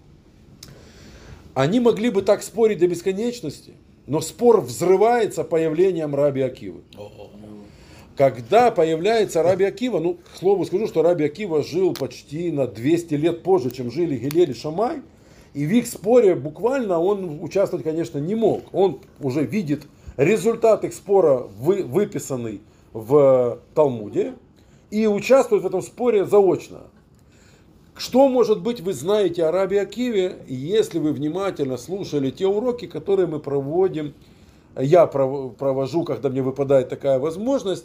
Они могли бы так спорить до бесконечности, но спор взрывается появлением раби Акивы. Когда появляется раби Акива, ну, к слову скажу, что раби Акива жил почти на двести лет позже, чем жили Гилель и Шамай. И в их споре буквально он участвовать, конечно, не мог. Он уже видит результат их спора, вы, выписанный в Талмуде, и участвует в этом споре заочно. Что, может быть, вы знаете о раби Акиве, если вы внимательно слушали те уроки, которые мы проводим, я провожу, когда мне выпадает такая возможность,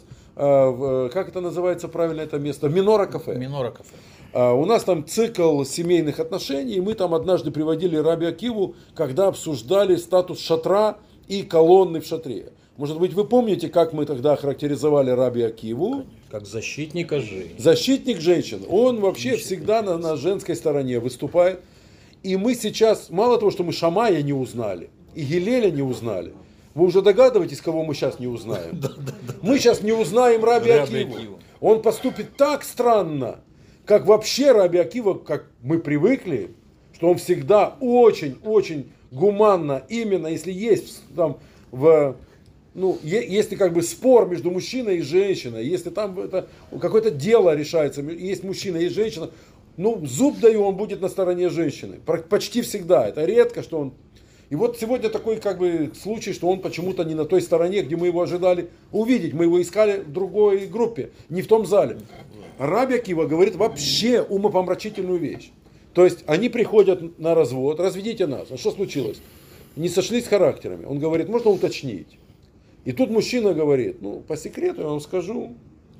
как это называется правильно это место, Минора кафе. Минора кафе. У нас там цикл семейных отношений, и мы там однажды приводили раби Акиву, когда обсуждали статус шатра и колонны в шатре. Может быть, вы помните, как мы тогда характеризовали раби Акиву? Как защитника женщин. Защитник женщин. Он вообще всегда на, на женской стороне выступает. И мы сейчас, мало того, что мы Шамая не узнали, и Гилеля не узнали, вы уже догадываетесь, кого мы сейчас не узнаем? Мы сейчас не узнаем раби Акиву. Он поступит так странно, как вообще раби Акива, как мы привыкли, что он всегда очень-очень гуманно, именно если есть там в... Ну, если как бы спор между мужчиной и женщиной, если там это, какое-то дело решается, есть мужчина, есть женщина, ну, зуб даю, он будет на стороне женщины. Почти всегда. Это редко, что он... И вот сегодня такой как бы случай, что он почему-то не на той стороне, где мы его ожидали увидеть. Мы его искали в другой группе, не в том зале. Раби Акива говорит вообще умопомрачительную вещь. То есть они приходят на развод, разведите нас. А что случилось? Не сошлись характерами. Он говорит, можно уточнить. И тут мужчина говорит, ну, по секрету я вам скажу,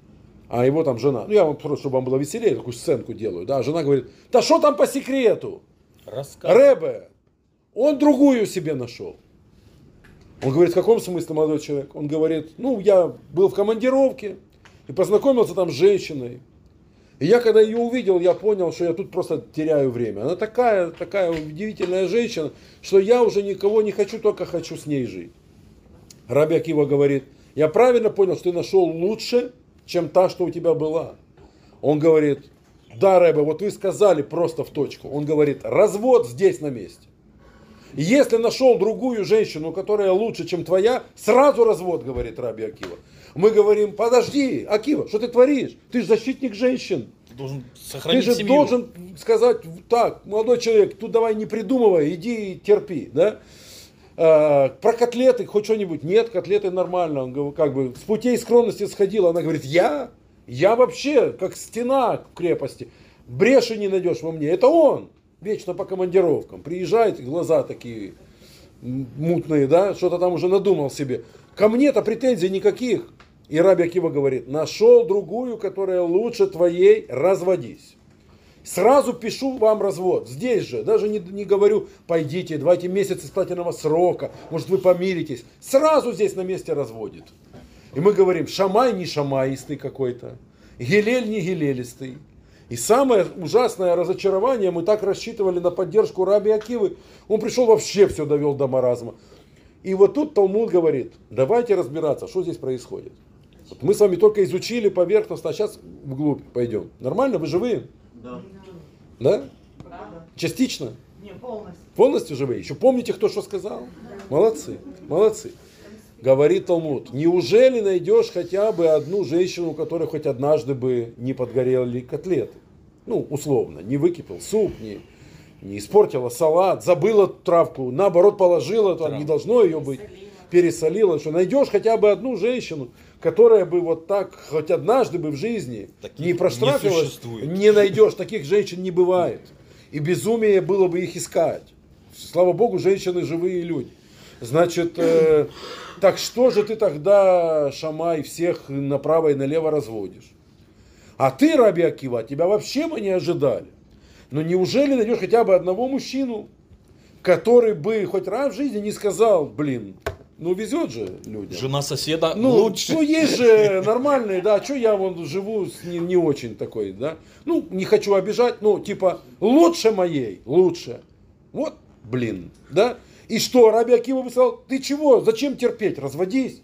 а его там жена, ну, я вам просто, чтобы вам было веселее, такую сценку делаю, да, жена говорит, да что там по секрету? Ребе, он другую себе нашел. Он говорит, в каком смысле, молодой человек? Он говорит, ну, я был в командировке и познакомился там с женщиной. И я, когда ее увидел, я понял, что я тут просто теряю время. Она такая, такая удивительная женщина, что я уже никого не хочу, только хочу с ней жить. Раби Акива говорит, я правильно понял, что ты нашел лучше, чем та, что у тебя была. Он говорит, да, Ребе, вот вы сказали просто в точку. Он говорит, развод здесь на месте. Если нашел другую женщину, которая лучше, чем твоя, сразу развод, говорит Раби Акива. Мы говорим, подожди, Акива, что ты творишь? Ты же защитник женщин. Ты должен сохранить Ты же семью. должен сказать, так, молодой человек, тут давай не придумывай, иди и терпи, да? Про котлеты хоть что-нибудь? Нет, котлеты нормально. Он как бы с путей скромности сходил. Она говорит, я? Я вообще как стена в крепости. Бреши не найдешь во мне. Это он. Вечно по командировкам. Приезжает, глаза такие мутные, да, что-то там уже надумал себе. Ко мне-то претензий никаких. И Раби Акива говорит, нашел другую, которая лучше твоей, разводись. Сразу пишу вам развод. Здесь же. Даже не, не говорю, пойдите, давайте месяц испытательного срока. Может, вы помиритесь. Сразу здесь на месте разводит. И мы говорим, Шамай не шамаистый какой-то. Гилель не гилелистый. И самое ужасное разочарование, мы так рассчитывали на поддержку Раби Акивы. Он пришел, вообще все довел до маразма. И вот тут Талмуд говорит, давайте разбираться, что здесь происходит. Вот мы с вами только изучили поверхностно, а сейчас вглубь пойдем. Нормально? Вы живые? Да. Да? Правда? Частично? Не, полностью. Полностью живые? Еще помните, кто что сказал? Молодцы, молодцы. Говорит Талмуд, неужели найдешь хотя бы одну женщину, у которой хоть однажды бы не подгорели котлеты? Ну, условно, не выкипел суп, не, не испортила салат, забыла травку, наоборот положила, там не должно ее быть, пересолила. Что найдешь хотя бы одну женщину, которая бы вот так хоть однажды бы в жизни Таких не проштрафилась, не не найдешь, таких женщин не бывает. И безумие было бы их искать. Слава Богу, женщины живые люди. Значит, э, так что же ты тогда, Шамай, всех направо и налево разводишь? А ты, Раби Акива, тебя вообще мы не ожидали. Но неужели найдешь хотя бы одного мужчину, который бы хоть раз в жизни не сказал, блин, ну везет же людям. Жена соседа Ну, лучше. ну есть же нормальные, да, что я вон живу с не, не очень такой, да. Ну, не хочу обижать, ну, типа, лучше моей, лучше. Вот, блин, да. И что, Раби Акива бы сказал, ты чего, зачем терпеть, разводись.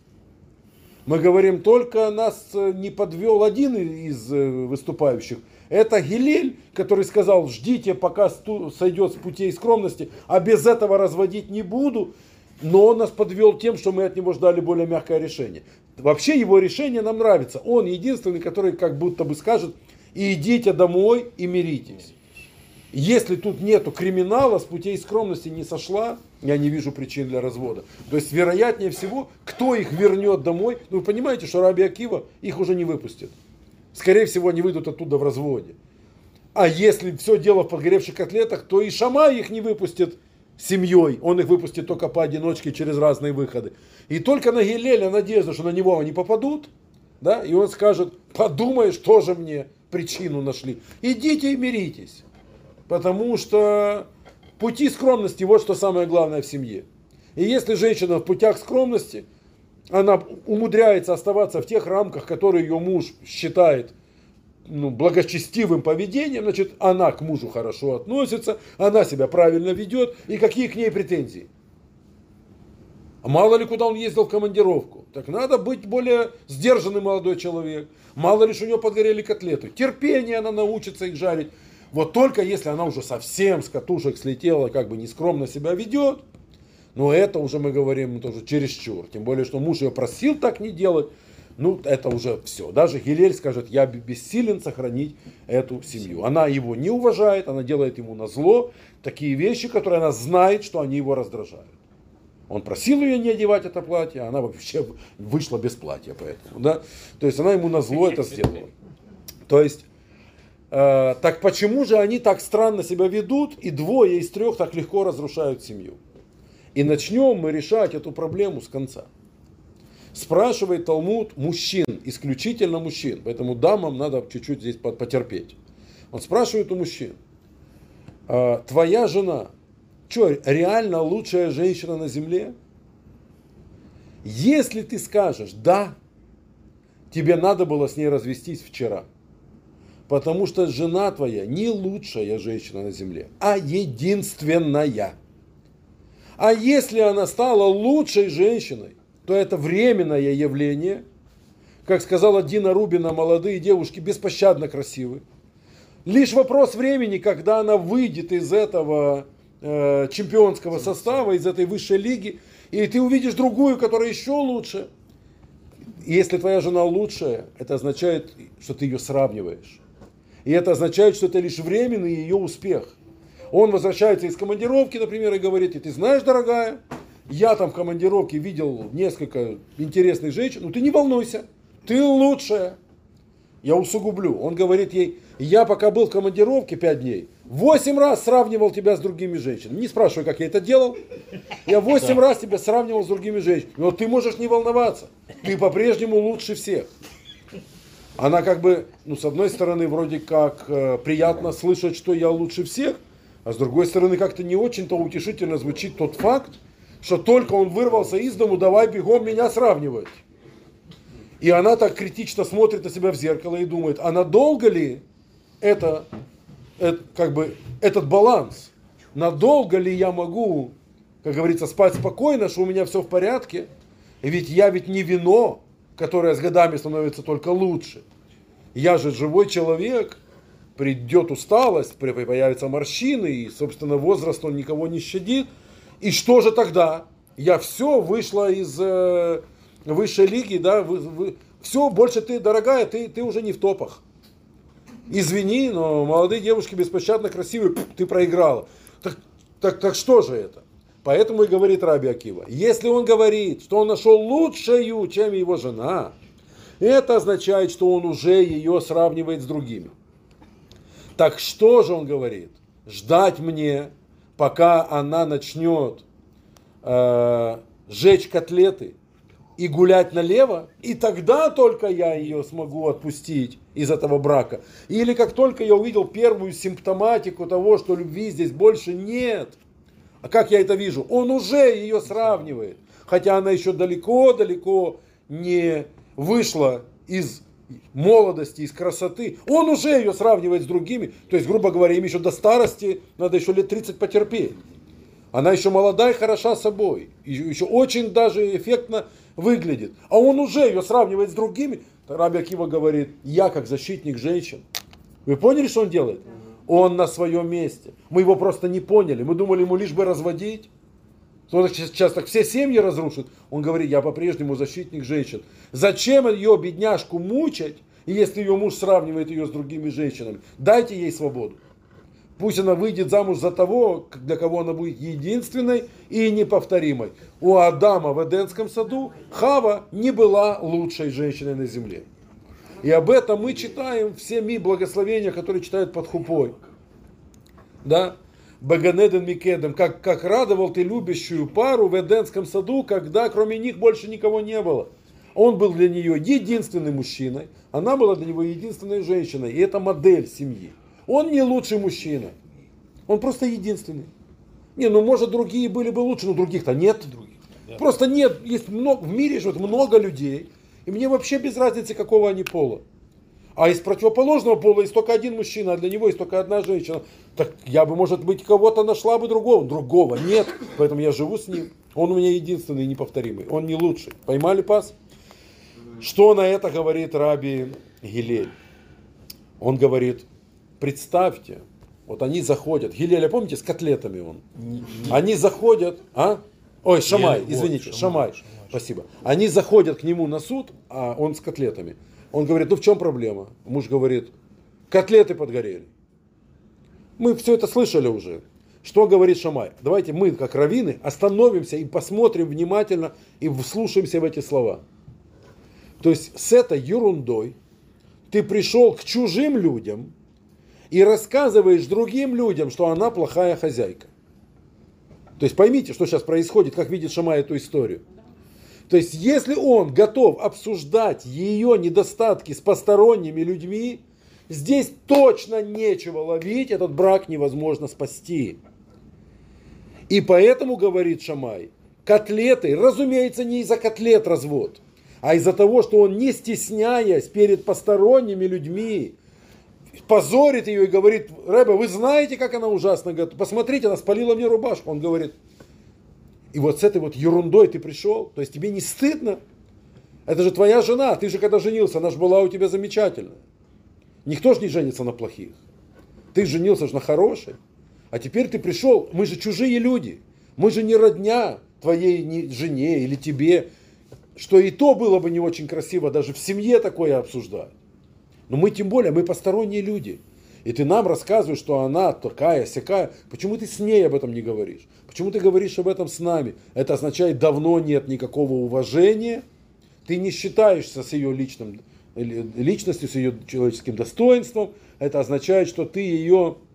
Мы говорим, только нас не подвел один из выступающих. Это Гилель, который сказал, ждите, пока сойдет с путей скромности, а без этого разводить не буду. Но он нас подвел тем, что мы от него ждали более мягкое решение. Вообще его решение нам нравится. Он единственный, который как будто бы скажет, идите домой и миритесь. Если тут нету криминала, с путей скромности не сошла, я не вижу причин для развода. То есть, вероятнее всего, кто их вернет домой, ну вы понимаете, что Раби Акива их уже не выпустит. Скорее всего, они выйдут оттуда в разводе. А если все дело в подгоревших котлетах, то и Шамай их не выпустит семьей. Он их выпустит только поодиночке через разные выходы. И только на Гилеля надежда, что на него они попадут. Да? И он скажет, подумаешь, тоже мне причину нашли. Идите и миритесь. Потому что пути скромности, вот что самое главное в семье. И если женщина в путях скромности, она умудряется оставаться в тех рамках, которые ее муж считает ну, благочестивым поведением, значит, она к мужу хорошо относится, она себя правильно ведет, и какие к ней претензии? А мало ли, куда он ездил в командировку. Так надо быть более сдержанный молодой человек. Мало ли, что у него подгорели котлеты. Терпение, она научится их жарить. Вот только если она уже совсем с катушек слетела, как бы нескромно себя ведет, но это уже мы говорим тоже чересчур. Тем более, что муж ее просил так не делать. Ну, это уже все. Даже Гилель скажет, я бессилен сохранить эту семью. Она его не уважает, она делает ему назло такие вещи, которые она знает, что они его раздражают. Он просил ее не одевать это платье, а она вообще вышла без платья. Поэтому, да? То есть она ему назло это сделала. То есть, э, так почему же они так странно себя ведут, и двое из трех так легко разрушают семью? И начнем мы решать эту проблему с конца. Спрашивает Талмуд мужчин, исключительно мужчин, поэтому дамам надо чуть-чуть здесь потерпеть. Он спрашивает у мужчин, твоя жена, что, реально лучшая женщина на земле? Если ты скажешь, да, тебе надо было с ней развестись вчера, потому что жена твоя не лучшая женщина на земле, а единственная. А если она стала лучшей женщиной, то это временное явление. Как сказала Дина Рубина, молодые девушки беспощадно красивы. Лишь вопрос времени, когда она выйдет из этого э, чемпионского состава, из этой высшей лиги, и ты увидишь другую, которая еще лучше. И если твоя жена лучшая, это означает, что ты ее сравниваешь. И это означает, что это лишь временный ее успех. Он возвращается из командировки, например, и говорит, и ты знаешь, дорогая, я там в командировке видел несколько интересных женщин, ну ты не волнуйся, ты лучшая. Я усугублю. Он говорит ей, я пока был в командировке пять дней, Восемь раз сравнивал тебя с другими женщинами. Не спрашивай, как я это делал. Я восемь раз тебя сравнивал с другими женщинами. Но ты можешь не волноваться. Ты по-прежнему лучше всех. Она как бы, ну, с одной стороны, вроде как э, приятно слышать, что я лучше всех, а с другой стороны, как-то не очень-то утешительно звучит тот факт, что только он вырвался из дому, давай бегом меня сравнивать. И она так критично смотрит на себя в зеркало и думает, а надолго ли это, это как бы, этот баланс? Надолго ли я могу, как говорится, спать спокойно, что у меня все в порядке? Ведь я ведь не вино, которое с годами становится только лучше. Я же живой человек, придет усталость, появятся морщины, и, собственно, возраст, он никого не щадит. И что же тогда? Я все вышла из э, высшей лиги, да, вы, вы, все, больше ты, дорогая, ты, ты уже не в топах. Извини, но молодые девушки беспощадно красивые, ты проиграла. Так, так, так что же это? Поэтому и говорит Раби Акива, если он говорит, что он нашел лучшую, чем его жена, это означает, что он уже ее сравнивает с другими. Так что же он говорит? Ждать мне, пока она начнет э, жечь котлеты и гулять налево, и тогда только я ее смогу отпустить из этого брака. Или как только я увидел первую симптоматику того, что любви здесь больше нет. А как я это вижу? Он уже ее сравнивает. Хотя она еще далеко-далеко не вышла из молодости, из красоты. Он уже ее сравнивает с другими. То есть, грубо говоря, им еще до старости надо еще лет тридцать потерпеть. Она еще молода и хороша собой. И еще очень даже эффектно выглядит. А он уже ее сравнивает с другими. Раби Акива говорит, я как защитник женщин. Вы поняли, что он делает? Он на своем месте. Мы его просто не поняли. Мы думали, ему лишь бы разводить. Он сейчас так все семьи разрушит. Он говорит, я по-прежнему защитник женщин. Зачем ее, бедняжку, мучать, если ее муж сравнивает ее с другими женщинами? Дайте ей свободу. Пусть она выйдет замуж за того, для кого она будет единственной и неповторимой. У Адама в Эдемском саду Хава не была лучшей женщиной на земле. И об этом мы читаем все ми благословения, которые читают под хупой. Да? Баганеден Микедем, как, как радовал ты любящую пару в Эдемском саду, когда кроме них больше никого не было. Он был для нее единственным мужчиной, она была для него единственной женщиной. И это модель семьи. Он не лучший мужчина, он просто единственный. Не, ну может другие были бы лучше, но других-то нет. Других, да. Просто нет, есть много, в мире живет много людей, и мне вообще без разницы, какого они пола. А из противоположного пола есть только один мужчина, а для него есть только одна женщина. Так я бы, может быть, кого-то нашла бы другого. Другого нет, поэтому я живу с ним. Он у меня единственный, неповторимый. Он не лучший. Поймали пас? Что на это говорит Раби Гилель? Он говорит, представьте, вот они заходят. Гилеля, помните, с котлетами он? Они заходят, а? Ой, Шамай, извините, вот, Шамай, Шамай, Шамай. Спасибо. Они заходят к нему на суд, а он с котлетами. Он говорит, ну в чем проблема? Муж говорит, котлеты подгорели. Мы все это слышали уже. Что говорит Шамай? Давайте мы, как раввины, остановимся и посмотрим внимательно и вслушаемся в эти слова. То есть с этой ерундой ты пришел к чужим людям и рассказываешь другим людям, что она плохая хозяйка. То есть поймите, что сейчас происходит, как видит Шамай эту историю. То есть если он готов обсуждать ее недостатки с посторонними людьми, здесь точно нечего ловить, этот брак невозможно спасти. И поэтому, говорит Шамай, котлеты, разумеется, не из-за котлет развод, а из-за того, что он, не стесняясь перед посторонними людьми, позорит ее и говорит, Рэбе, вы знаете, как она ужасно готова? Посмотрите, она спалила мне рубашку. Он говорит, и вот с этой вот ерундой ты пришел, то есть тебе не стыдно? Это же твоя жена, ты же когда женился, она же была у тебя замечательная. Никто же не женится на плохих. Ты женился же на хорошей. А теперь ты пришел, мы же чужие люди. Мы же не родня твоей жене или тебе. Что и то было бы не очень красиво даже в семье такое обсуждать. Но мы тем более, мы посторонние люди. И ты нам рассказываешь, что она такая, сякая. Почему ты с ней об этом не говоришь? Почему ты говоришь об этом с нами? Это означает, давно нет никакого уважения. Ты не считаешься с ее личным, личностью, с ее человеческим достоинством. Это означает, что ты ее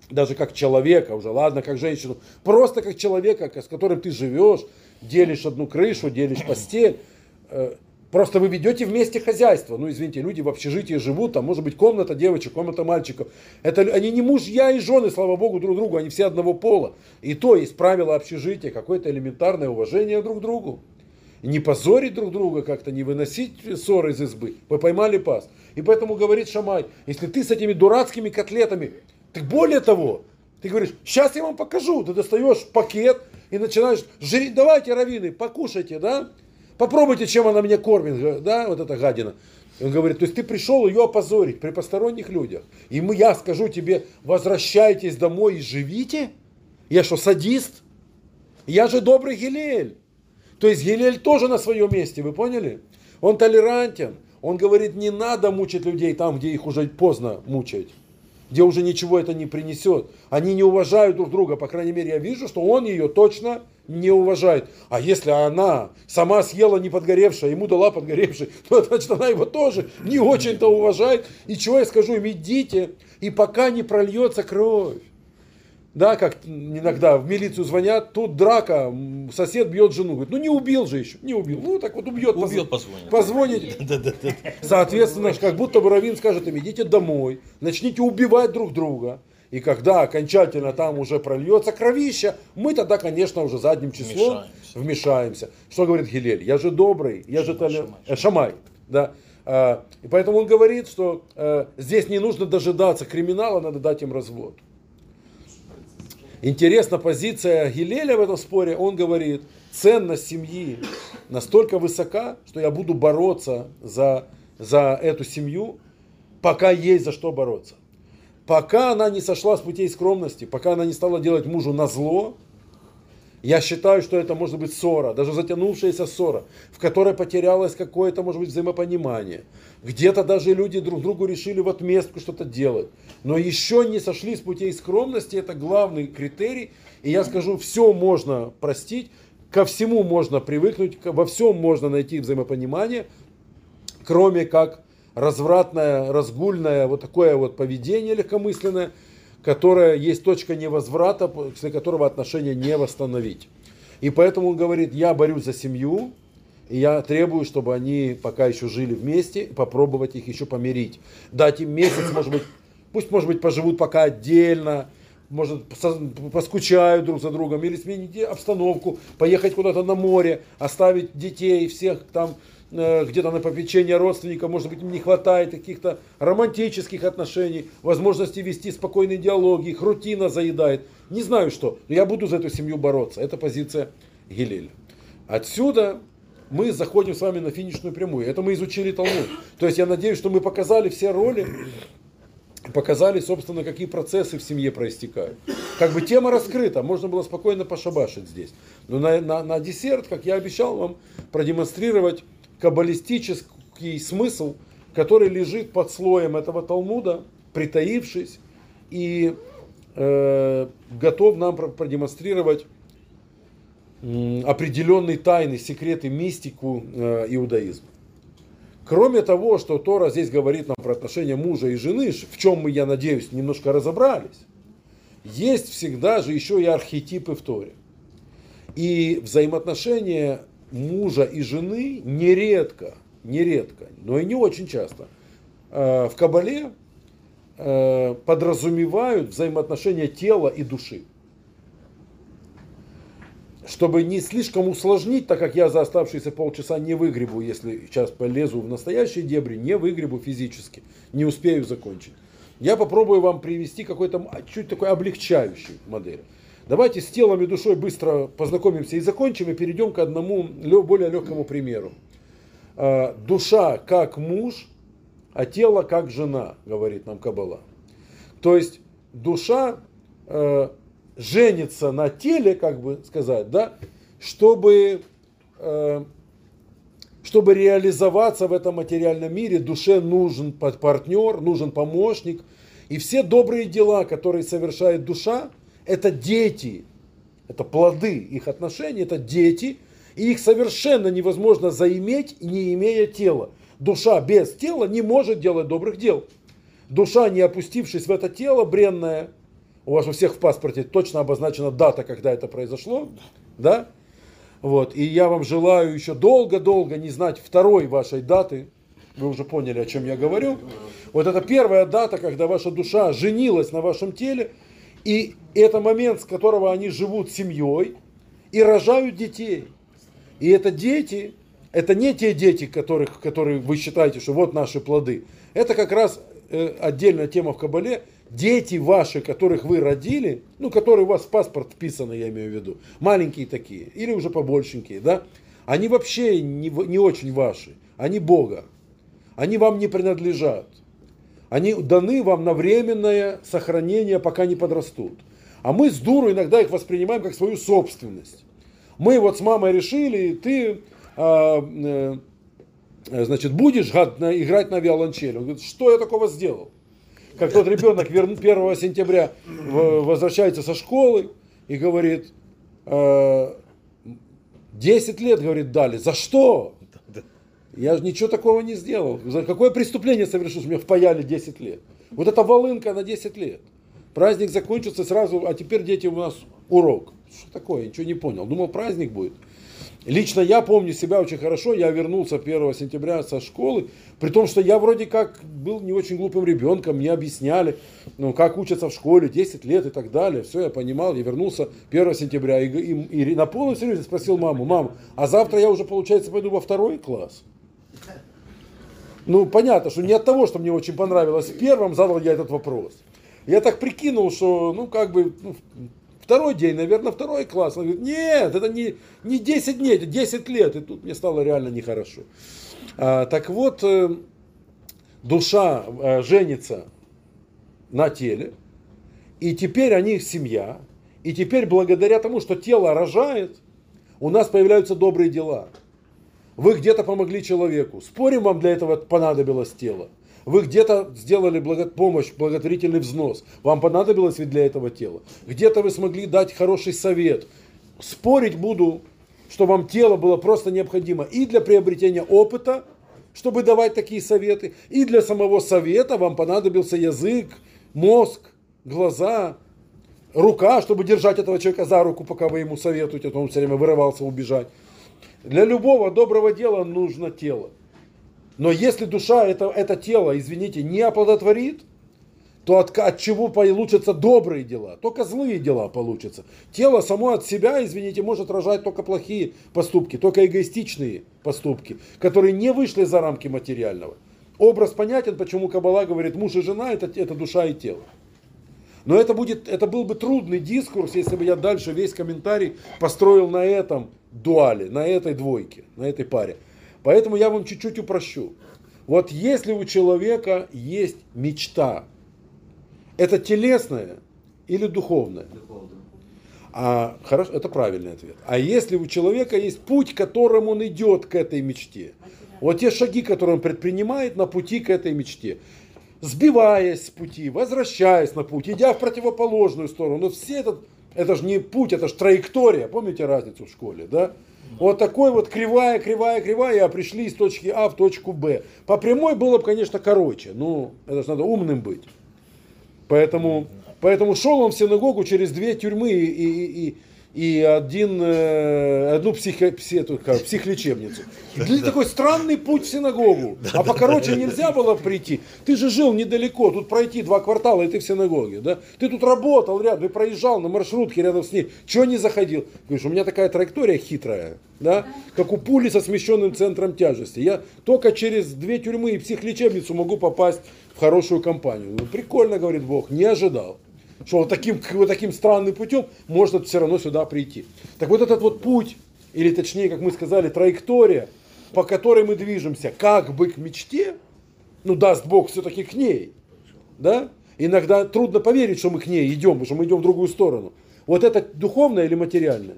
даже как человека уже, ладно, как женщину, просто как человека, с которым ты живешь, делишь одну крышу, делишь постель, просто вы ведете вместе хозяйство. Ну, извините, люди в общежитии живут, там может быть комната девочек, комната мальчиков. Это, они не мужья и жены, слава богу, друг другу, они все одного пола. И то есть правило общежития, какое-то элементарное уважение друг к другу. Не позорить друг друга как-то, не выносить ссоры из избы. Вы поймали пас. И поэтому говорит Шамай, если ты с этими дурацкими котлетами, ты более того, ты говоришь, сейчас я вам покажу, ты достаешь пакет и начинаешь, жри, давайте, раввины, покушайте, да? Попробуйте, чем она меня кормит, да, вот эта гадина. Он говорит, то есть ты пришел ее опозорить при посторонних людях. И мы, я скажу тебе, возвращайтесь домой и живите? Я что, садист? Я же добрый Гилель. То есть Гилель тоже на своем месте, вы поняли? Он толерантен. Он говорит, не надо мучить людей там, где их уже поздно мучать. Где уже ничего это не принесет. Они не уважают друг друга. По крайней мере, я вижу, что он ее точно не уважает. А если она сама съела не подгоревшее, ему дала подгоревшее, то значит она его тоже не очень-то уважает. И чего я скажу им, идите, и пока не прольется кровь. Да, как иногда в милицию звонят, тут драка, сосед бьет жену. Говорит, ну не убил же еще, не убил. Ну так вот убьет, убьет позвонит. Позвонит. Соответственно, как будто бы раввин скажет им, идите домой, начните убивать друг друга. И когда окончательно там уже прольется кровища, мы тогда, конечно, уже задним числом вмешаемся. вмешаемся. Что говорит Гилель? Я же добрый, я же Шамай. Шамай. Шамай да. а, и поэтому он говорит, что а, здесь не нужно дожидаться криминала, надо дать им развод. Интересна позиция Гилеля в этом споре. Он говорит, ценность семьи настолько высока, что я буду бороться за, за эту семью, пока есть за что бороться. Пока она не сошла с путей скромности, пока она не стала делать мужу назло, я считаю, что это может быть ссора, даже затянувшаяся ссора, в которой потерялось какое-то, может быть, взаимопонимание. Где-то даже люди друг другу решили в отместку что-то делать. Но еще не сошли с путей скромности, это главный критерий. И я скажу, все можно простить, ко всему можно привыкнуть, во всем можно найти взаимопонимание, кроме как развратное, разгульное, вот такое вот поведение легкомысленное, которое есть точка невозврата, после которого отношения не восстановить. И поэтому он говорит, я борюсь за семью, и я требую, чтобы они пока еще жили вместе, попробовать их еще помирить. Дать им месяц, может быть, пусть, может быть, поживут пока отдельно, может, поскучают друг за другом, или сменить обстановку, поехать куда-то на море, оставить детей, всех там, где-то на попечение родственников, может быть, им не хватает каких-то романтических отношений, возможности вести спокойный диалог, их рутина заедает. Не знаю что, но я буду за эту семью бороться. Это позиция Гилеля. Отсюда мы заходим с вами на финишную прямую. Это мы изучили Талмуд. То есть я надеюсь, что мы показали все роли, показали, собственно, какие процессы в семье проистекают. Как бы тема раскрыта, можно было спокойно пошабашить здесь. Но на, на, на десерт, как я обещал вам, продемонстрировать каббалистический смысл, который лежит под слоем этого Талмуда, притаившись, и э, готов нам продемонстрировать э, определенные тайны, секреты, мистику э, иудаизма. Кроме того, что Тора здесь говорит нам про отношения мужа и жены, в чем мы, я надеюсь, немножко разобрались, есть всегда же еще и архетипы в Торе. И взаимоотношения мужа и жены нередко, нередко, но и не очень часто в Кабале подразумевают взаимоотношения тела и души. Чтобы не слишком усложнить, так как я за оставшиеся полчаса не выгребу, если сейчас полезу в настоящие дебри, не выгребу физически, не успею закончить. Я попробую вам привести какой-то чуть такой облегчающий модель. Давайте с телом и душой быстро познакомимся и закончим, и перейдем к одному более легкому примеру. Душа как муж, а тело как жена, говорит нам Каббала. То есть душа э, женится на теле, как бы сказать, да, чтобы, э, чтобы реализоваться в этом материальном мире, душе нужен партнер, нужен помощник. И все добрые дела, которые совершает душа, это дети, это плоды их отношений, это дети, и их совершенно невозможно заиметь, не имея тела. Душа без тела не может делать добрых дел. Душа, не опустившись в это тело бренное, У вас у всех в паспорте точно обозначена дата, когда это произошло, да? Вот. И я вам желаю еще долго-долго не знать второй вашей даты. Вы уже поняли, о чем я говорю. Вот это первая дата, когда ваша душа женилась на вашем теле. И это момент, с которого они живут семьей и рожают детей. И это дети, это не те дети, которых, которые вы считаете, что вот наши плоды. Это как раз э, отдельная тема в Кабале. Дети ваши, которых вы родили, ну, которые у вас в паспорт вписаны, я имею в виду, маленькие такие, или уже побольшенькие, да, они вообще не, не очень ваши, они Бога, они вам не принадлежат, они даны вам на временное сохранение, пока не подрастут. А мы с дуру иногда их воспринимаем как свою собственность. Мы вот с мамой решили, ты, а, э, значит, будешь гад, на, играть на виолончели. Он говорит, что я такого сделал? Как тот ребенок первого сентября возвращается со школы и говорит, десять лет, говорит, дали. За что? Я же ничего такого не сделал. За какое преступление совершил, что мне впаяли десять лет? Вот это волынка на десять лет. Праздник закончится сразу, а теперь, дети, у нас урок. Что такое? Я ничего не понял. Думал, праздник будет. Лично я помню себя очень хорошо. Я вернулся первого сентября со школы, при том, что я вроде как был не очень глупым ребенком. Мне объясняли, ну, как учатся в школе, десять лет и так далее. Все, я понимал. Я вернулся первого сентября и, и, и на полном серьезе спросил маму: мам, а завтра я уже, получается, пойду во второй класс? Ну, понятно, что не от того, что мне очень понравилось в первом, задал я этот вопрос. Я так прикинул, что, ну, как бы, ну, второй день, наверное, второй класс. Он говорит, нет, это не, не десять дней, это десять лет. И тут мне стало реально нехорошо. А, так вот, э, душа э, женится на теле, и теперь они семья, и теперь благодаря тому, что тело рожает, у нас появляются добрые дела. Вы где-то помогли человеку, спорим, вам для этого понадобилось тело. Вы где-то сделали благо- помощь, благотворительный взнос. Вам понадобилось ведь для этого тело. Где-то вы смогли дать хороший совет. Спорить буду, что вам тело было просто необходимо и для приобретения опыта, чтобы давать такие советы, и для самого совета вам понадобился язык, мозг, глаза, рука, чтобы держать этого человека за руку, пока вы ему советуете, а то он все время вырывался убежать. Для любого доброго дела нужно тело. Но если душа это, это тело, извините, не оплодотворит, то от, от чего получатся добрые дела? Только злые дела получатся. Тело само от себя, извините, может рожать только плохие поступки, только эгоистичные поступки, которые не вышли за рамки материального. Образ понятен, почему Каббала говорит, муж и жена это, это душа и тело. Но это, будет, это был бы трудный дискурс, если бы я дальше весь комментарий построил на этом дуале, на этой двойке, на этой паре. Поэтому я вам чуть-чуть упрощу. Вот если у человека есть мечта, это телесное или духовное? А, хорошо, это правильный ответ. А если у человека есть путь, которым он идет к этой мечте? Вот те шаги, которые он предпринимает на пути к этой мечте. Сбиваясь с пути, возвращаясь на путь, идя в противоположную сторону. Но все это, это же не путь, это же траектория. Помните разницу в школе, да? Вот такой вот кривая, кривая, кривая, а пришли из точки А в точку Б. По прямой было бы, конечно, короче. Ну, это же надо умным быть. Поэтому, поэтому шел он в синагогу через две тюрьмы и, и, и, и один, одну психо, псих, психлечебницу. Для такой странный путь в синагогу. А покороче нельзя было прийти. Ты же жил недалеко, тут пройти два квартала, и ты в синагоге. Да? Ты тут работал рядом, ты проезжал на маршрутке рядом с ней. Чего не заходил? Говоришь, у меня такая траектория хитрая, да? Как у пули со смещенным центром тяжести. Я только через две тюрьмы и психлечебницу могу попасть в хорошую компанию. Ну, прикольно, говорит Бог, не ожидал. Что вот таким, вот таким странным путем можно все равно сюда прийти. Так вот этот вот путь, или точнее, как мы сказали, траектория, по которой мы движемся, как бы к мечте, ну даст Бог все-таки к ней, да? Иногда трудно поверить, что мы к ней идем, потому что мы идем в другую сторону. Вот это духовное или материальное?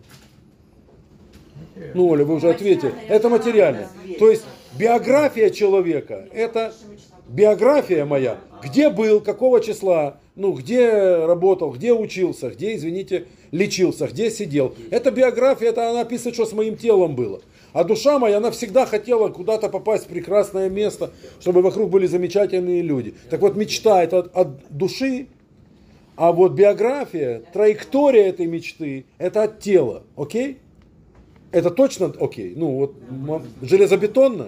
Ну, Оля, вы уже ответили. Это материальное. То есть биография человека, это биография моя, где был, какого числа, ну, где работал, где учился, где, извините, лечился, где сидел. Это биография, это она описывает, что с моим телом было. А душа моя, она всегда хотела куда-то попасть в прекрасное место, чтобы вокруг были замечательные люди. Так вот, мечта это от, от души, А вот биография, траектория этой мечты, это от тела, окей? Это точно окей? Ну вот м- железобетонно?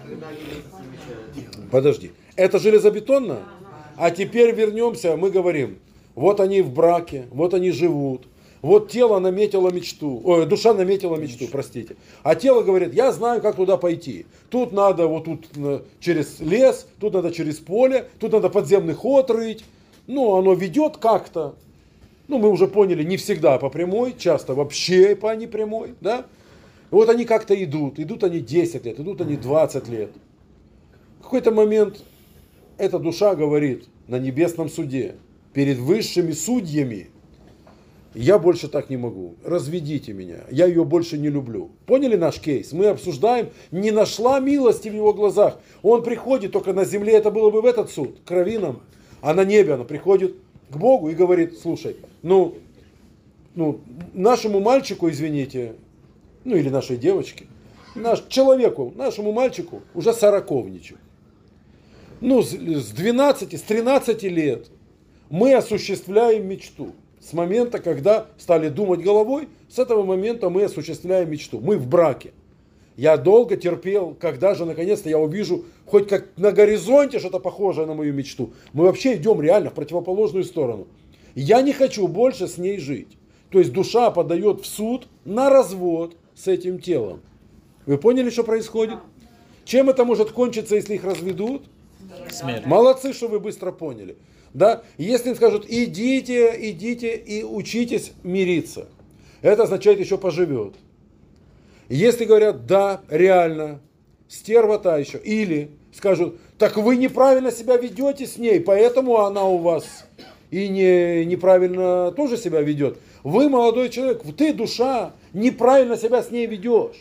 Подожди. Это железобетонно? А теперь вернемся, мы говорим, вот они в браке, вот они живут. Вот тело наметило мечту, ой, душа наметила мечту, простите. А тело говорит, я знаю, как туда пойти. Тут надо вот тут через лес, тут надо через поле, тут надо подземный ход рыть. Ну, оно ведет как-то. Ну, мы уже поняли, не всегда по прямой, часто вообще по непрямой, да? И вот они как-то идут, идут они десять лет, идут они двадцать лет. В какой-то момент эта душа говорит на небесном суде, перед высшими судьями, я больше так не могу, разведите меня, я ее больше не люблю. Поняли наш кейс? Мы обсуждаем, не нашла милости в его глазах. Он приходит, только на земле это было бы в этот суд, к раввинам, а на небе она приходит к Богу и говорит, слушай, ну, ну нашему мальчику, извините, ну или нашей девочке, наш, человеку, нашему мальчику уже сороковничек. Ну, с двенадцати, с тринадцати лет мы осуществляем мечту. С момента, когда стали думать головой, с этого момента мы осуществляем мечту. Мы в браке. Я долго терпел, когда же наконец-то я увижу хоть как на горизонте что-то похожее на мою мечту. Мы вообще идем реально в противоположную сторону. Я не хочу больше с ней жить. То есть душа подает в суд на развод с этим телом. Вы поняли, что происходит? Чем это может кончиться, если их разведут? Смерть. Молодцы, что вы быстро поняли. Да? Если им скажут, идите, идите и учитесь мириться. Это означает, еще поживет. Если говорят, да, реально, стерва та еще. Или скажут, так вы неправильно себя ведете с ней, поэтому она у вас и не, неправильно тоже себя ведет. Вы, молодой человек, ты, душа, неправильно себя с ней ведешь.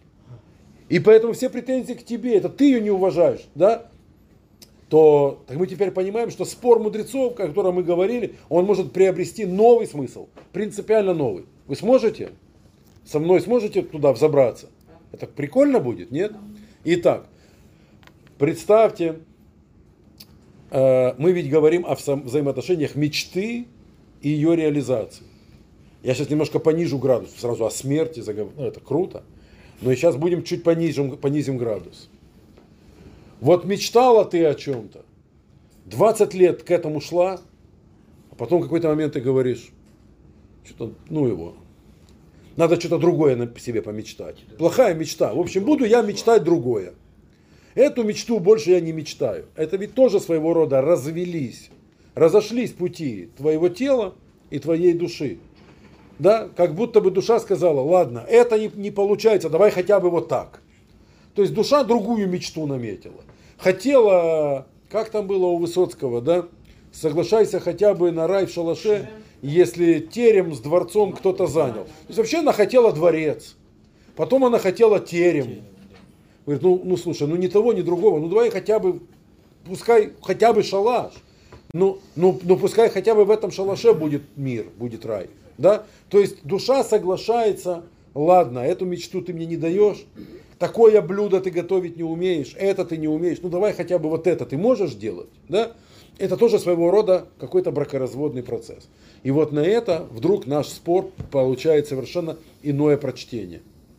И поэтому все претензии к тебе, это ты ее не уважаешь, да? То так мы теперь понимаем, что спор мудрецов, о котором мы говорили, он может приобрести новый смысл, принципиально новый. Вы сможете? Со мной сможете туда взобраться? Это прикольно будет, нет? Итак, представьте, э, мы ведь говорим о вза- взаимоотношениях мечты и ее реализации. Я сейчас немножко понижу градус, сразу о смерти заговорю, ну, это круто. Но и сейчас будем чуть понизим, понизим градус. Вот мечтала ты о чем-то, двадцать лет к этому шла, а потом в какой-то момент ты говоришь, что-то, ну его, надо что-то другое на себе помечтать. Плохая мечта. В общем, буду я мечтать другое. Эту мечту больше я не мечтаю. Это ведь тоже своего рода развелись, разошлись пути твоего тела и твоей души. Да? Как будто бы душа сказала, ладно, это не, не получается, давай хотя бы вот так. То есть душа другую мечту наметила. Хотела, как там было у Высоцкого, да? Соглашайся хотя бы на рай в шалаше, если терем с дворцом кто-то занял. То есть вообще она хотела дворец. Потом она хотела терем. Говорит, ну, ну слушай, ну ни того, ни другого, ну давай хотя бы, пускай хотя бы шалаш. Ну, ну, ну пускай хотя бы в этом шалаше будет мир, будет рай. Да? То есть душа соглашается, ладно, эту мечту ты мне не даешь, такое блюдо ты готовить не умеешь, это ты не умеешь, ну давай хотя бы вот это ты можешь делать. Да? Это тоже своего рода какой-то бракоразводный процесс. И вот на это вдруг наш спор получает совершенно иное прочтение.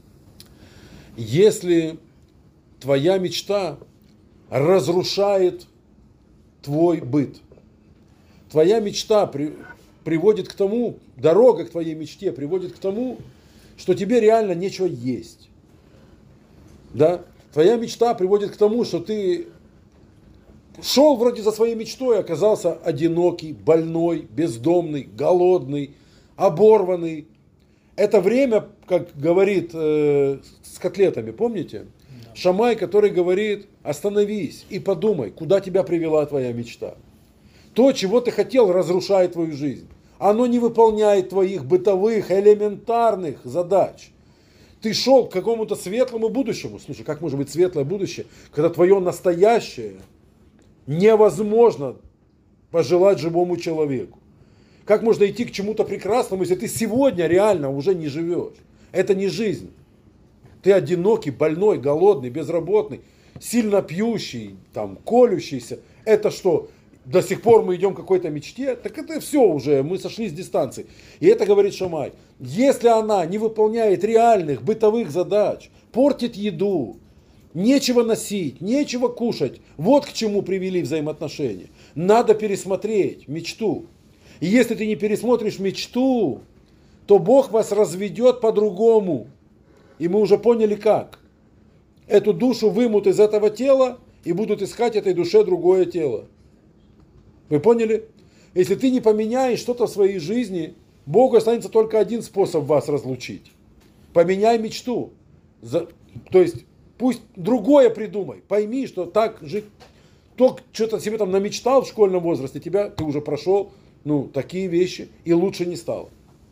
Если твоя мечта разрушает твой быт, твоя мечта при, приводит к тому, дорога к твоей мечте приводит к тому, что тебе реально нечего есть. Да? Твоя мечта приводит к тому, что ты шел вроде за своей мечтой, оказался одинокий, больной, бездомный, голодный, оборванный. Это время, как говорит э, с котлетами, помните? Да. Шамай, который говорит, остановись и подумай, куда тебя привела твоя мечта. То, чего ты хотел, разрушает твою жизнь. Оно не выполняет твоих бытовых, элементарных задач. Ты шел к какому-то светлому будущему. Слушай, как может быть светлое будущее, когда твое настоящее невозможно пожелать живому человеку? Как можно идти к чему-то прекрасному, если ты сегодня реально уже не живешь? Это не жизнь. Ты одинокий, больной, голодный, безработный, сильно пьющий, там, колющийся. Это что? до сих пор мы идем к какой-то мечте, так это все уже, мы сошли с дистанции. И это говорит Шамай. Если она не выполняет реальных бытовых задач, портит еду, нечего носить, нечего кушать, вот к чему привели взаимоотношения. Надо пересмотреть мечту. И если ты не пересмотришь мечту, то Бог вас разведет по-другому. И мы уже поняли как. Эту душу вымут из этого тела и будут искать этой душе другое тело. Вы поняли? Если ты не поменяешь что-то в своей жизни, Богу останется только один способ вас разлучить. Поменяй мечту. За, то есть, пусть другое придумай. Пойми, что так жить, то, что-то себе там намечтал в школьном возрасте, тебя, ты уже прошел, ну, такие вещи, и лучше не стало.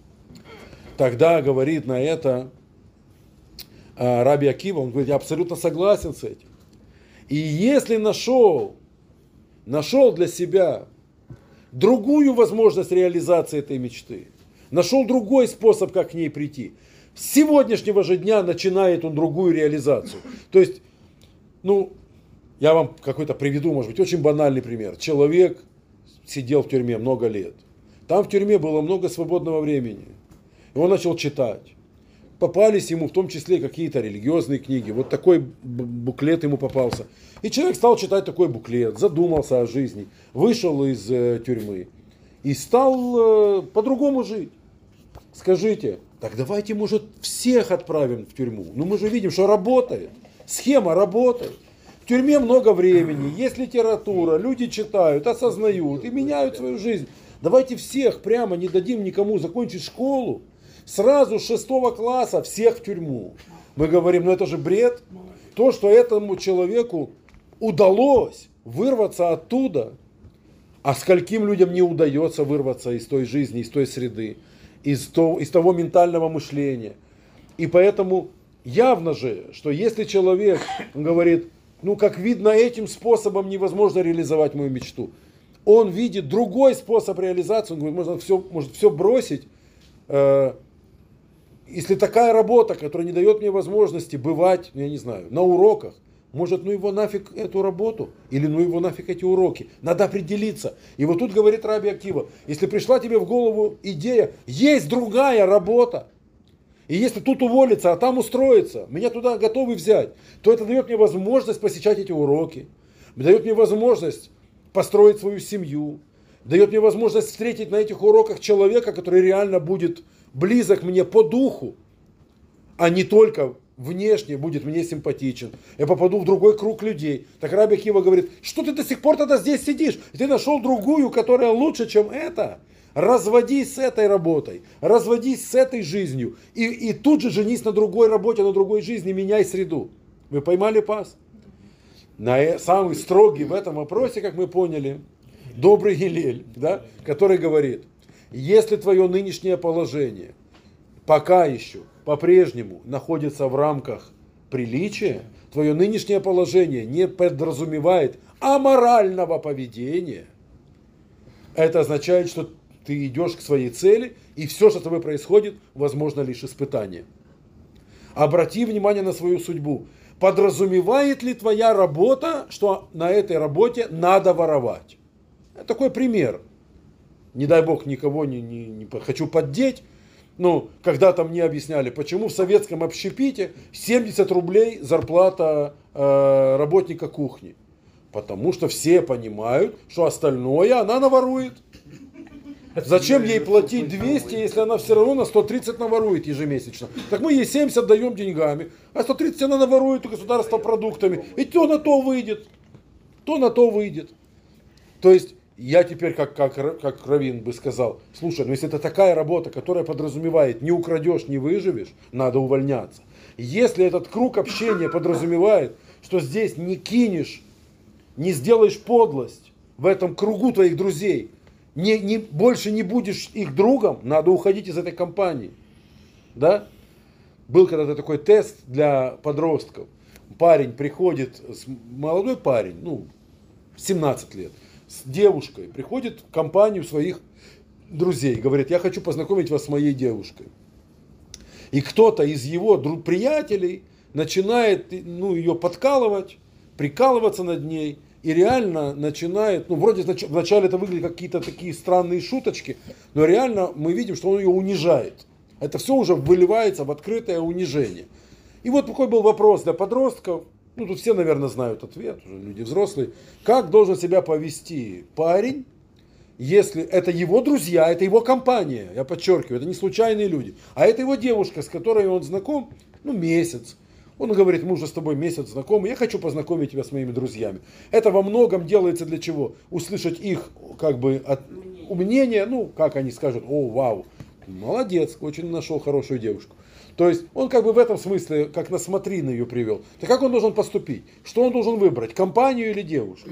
Тогда говорит на это а, Раби Акива, он говорит, я абсолютно согласен с этим. И если нашел, нашел для себя другую возможность реализации этой мечты, нашел другой способ, как к ней прийти, с сегодняшнего же дня начинает он другую реализацию. То есть, ну, я вам какой-то приведу, может быть, очень банальный пример. Человек сидел в тюрьме много лет. Там в тюрьме было много свободного времени. И он начал читать. Попались ему в том числе какие-то религиозные книги. Вот такой буклет ему попался. И человек стал читать такой буклет, задумался о жизни, вышел из э, тюрьмы и стал э, по-другому жить. Скажите, так давайте, может, всех отправим в тюрьму. Ну мы же видим, что работает. Схема работает. В тюрьме много времени, есть литература, люди читают, осознают и меняют свою жизнь. Давайте всех прямо не дадим никому закончить школу. Сразу с шестого класса всех в тюрьму. Мы говорим, ну это же бред. То, что этому человеку удалось вырваться оттуда, а скольким людям не удается вырваться из той жизни, из той среды, из того, из того ментального мышления. И поэтому явно же, что если человек говорит, ну как видно, этим способом невозможно реализовать мою мечту, он видит другой способ реализации, он говорит, можно все, может все бросить. Э, если такая работа, которая не дает мне возможности бывать, я не знаю, на уроках, может, ну его нафиг эту работу, или ну его нафиг эти уроки. Надо определиться. И вот тут говорит Раби Акива, если пришла тебе в голову идея, есть другая работа, и если тут уволиться, а там устроиться, меня туда готовы взять, то это дает мне возможность посещать эти уроки, дает мне возможность построить свою семью, дает мне возможность встретить на этих уроках человека, который реально будет близок мне по духу, а не только внешне будет мне симпатичен. Я попаду в другой круг людей. Так Раби Акива говорит, что ты до сих пор тогда здесь сидишь? И ты нашел другую, которая лучше, чем эта. Разводись с этой работой, разводись с этой жизнью. И, и тут же женись на другой работе, на другой жизни, меняй среду. Вы поймали пас? На, самый строгий в этом вопросе, как мы поняли, добрый Гилель, да, который говорит, если твое нынешнее положение пока еще по-прежнему находится в рамках приличия, твое нынешнее положение не подразумевает аморального поведения, это означает, что ты идешь к своей цели, и все, что с тобой происходит, возможно лишь испытание. Обрати внимание на свою судьбу. Подразумевает ли твоя работа, что на этой работе надо воровать? Это такой пример. Не дай бог никого не, не, не хочу поддеть. Ну, когда-то мне объясняли, почему в советском общепите семьдесят рублей зарплата э, работника кухни. Потому что все понимают, что остальное она наворует. Зачем ей платить двести, если она все равно на сто тридцать наворует ежемесячно? Так мы ей семьдесят даем деньгами, а сто тридцать она наворует у государства продуктами. И то на то выйдет. То на то выйдет. То есть я теперь, как, как, как раввин бы сказал, слушай, ну если это такая работа, которая подразумевает, не украдешь, не выживешь, надо увольняться. Если этот круг общения подразумевает, что здесь не кинешь, не сделаешь подлость в этом кругу твоих друзей, не, не, больше не будешь их другом, надо уходить из этой компании. Да? Был когда-то такой тест для подростков. Парень приходит, молодой парень, ну, семнадцать лет, с девушкой, приходит в компанию своих друзей, говорит, я хочу познакомить вас с моей девушкой. И кто-то из его приятелей начинает, ну, ее подкалывать, прикалываться над ней, и реально начинает, ну вроде вначале это выглядит как какие-то такие странные шуточки, но реально мы видим, что он ее унижает. Это все уже выливается в открытое унижение. И вот такой был вопрос для подростков, ну тут все, наверное, знают ответ, уже люди взрослые. Как должен себя повести парень, если это его друзья, это его компания, я подчеркиваю, это не случайные люди, а это его девушка, с которой он знаком, ну месяц. Он говорит, мы уже с тобой месяц знакомы, я хочу познакомить тебя с моими друзьями. Это во многом делается для чего? Услышать их как бы от, мнение, ну как они скажут, о, вау, молодец, очень нашел хорошую девушку. То есть он как бы в этом смысле, как на смотрины ее привел. Так как он должен поступить? Что он должен выбрать? Компанию или девушку?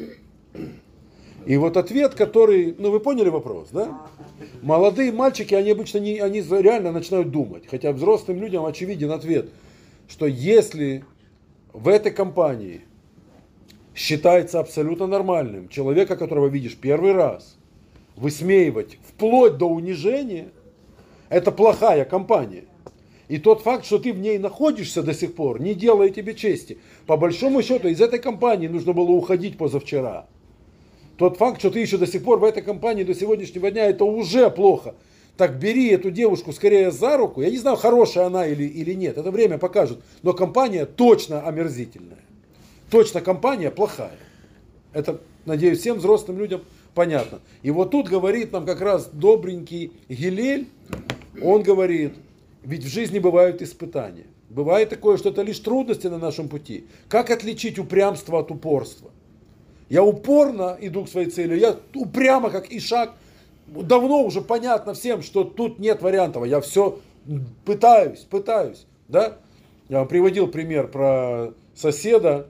И вот ответ, который, ну вы поняли вопрос, да? Молодые мальчики, они обычно не, они реально начинают думать. Хотя взрослым людям очевиден ответ, что если в этой компании считается абсолютно нормальным человека, которого видишь первый раз, высмеивать вплоть до унижения, это плохая компания. И тот факт, что ты в ней находишься до сих пор, не делает тебе чести. По большому счету, из этой компании нужно было уходить позавчера. Тот факт, что ты еще до сих пор в этой компании до сегодняшнего дня, это уже плохо. Так бери эту девушку скорее за руку. Я не знаю, хорошая она или, или нет, это время покажет. Но компания точно омерзительная. Точно компания плохая. Это, надеюсь, всем взрослым людям понятно. И вот тут говорит нам как раз добренький Гилель. Он говорит... Ведь в жизни бывают испытания. Бывает такое, что это лишь трудности на нашем пути. Как отличить упрямство от упорства? Я упорно иду к своей цели, я упрямо как Ишак. Давно уже понятно всем, что тут нет вариантов. Я все пытаюсь, пытаюсь. Да? Я вам приводил пример про соседа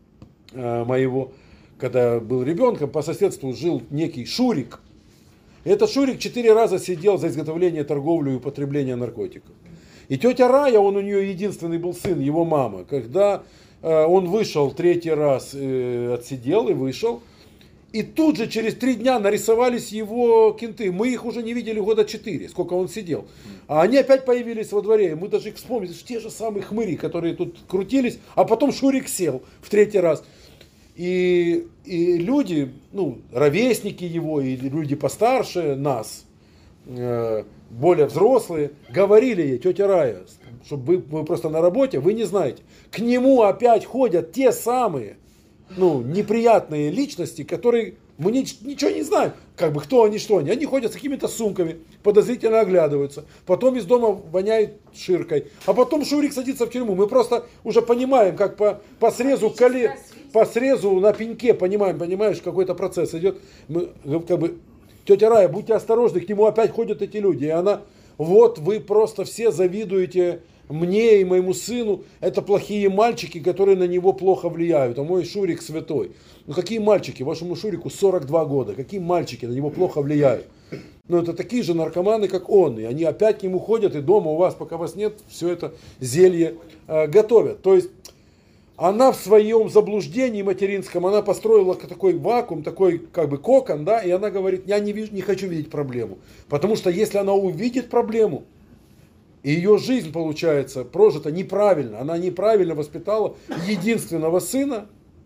э, моего, когда был ребенком, по соседству жил некий Шурик. Этот Шурик четыре раза сидел за изготовление, торговлю и употребление наркотиков. И тетя Рая, он у нее единственный был сын, его мама. Когда э, он вышел третий раз, э, отсидел и вышел, и тут же через три дня нарисовались его кенты. Мы их уже не видели года четыре, сколько он сидел. А они опять появились во дворе. Мы даже их вспомнили, что те же самые хмыри, которые тут крутились. А потом Шурик сел в третий раз. И, и люди, ну, ровесники его, и люди постарше нас, э, более взрослые, говорили ей, тетя Рая, чтобы вы, вы просто на работе, вы не знаете. К нему опять ходят те самые, ну, неприятные личности, которые мы ни, ничего не знаем, как бы кто они, что они. Они ходят с какими-то сумками, подозрительно оглядываются, потом из дома воняет ширкой, а потом Шурик садится в тюрьму. Мы просто уже понимаем, как по, по срезу коле, по срезу на пеньке, понимаем, понимаешь, какой-то процесс идет. Мы, как бы, тетя Рая, будьте осторожны, к нему опять ходят эти люди. И она, вот вы просто все завидуете мне и моему сыну, это плохие мальчики, которые на него плохо влияют, а мой Шурик святой. Ну какие мальчики, вашему Шурику сорок два года, какие мальчики на него плохо влияют? Ну это такие же наркоманы, как он, и они опять к нему ходят, и дома у вас, пока вас нет, все это зелье э, готовят. То есть она в своем заблуждении материнском, она построила такой вакуум, такой как бы кокон, да, и она говорит, я не, вижу, не хочу видеть проблему, потому что если она увидит проблему, и ее жизнь, получается, прожита неправильно. Она неправильно воспитала единственного сына.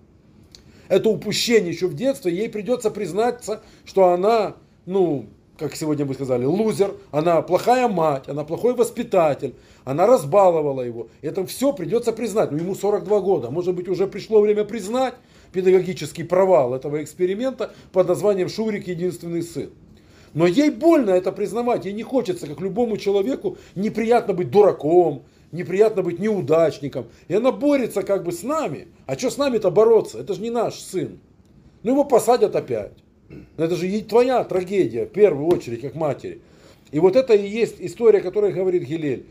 Это упущение еще в детстве. Ей придется признаться, что она, ну, как сегодня бы сказали, лузер. Она плохая мать, она плохой воспитатель. Она разбаловала его. Это все придется признать. Ну, ему сорок два года. Может быть, уже пришло время признать педагогический провал этого эксперимента под названием «Шурик единственный сын». Но ей больно это признавать, ей не хочется, как любому человеку, неприятно быть дураком, неприятно быть неудачником. И она борется как бы с нами. А что с нами-то бороться? Это же не наш сын. Ну его посадят опять. Это же твоя трагедия, в первую очередь, как матери. И вот это и есть история, которая говорит Гилель.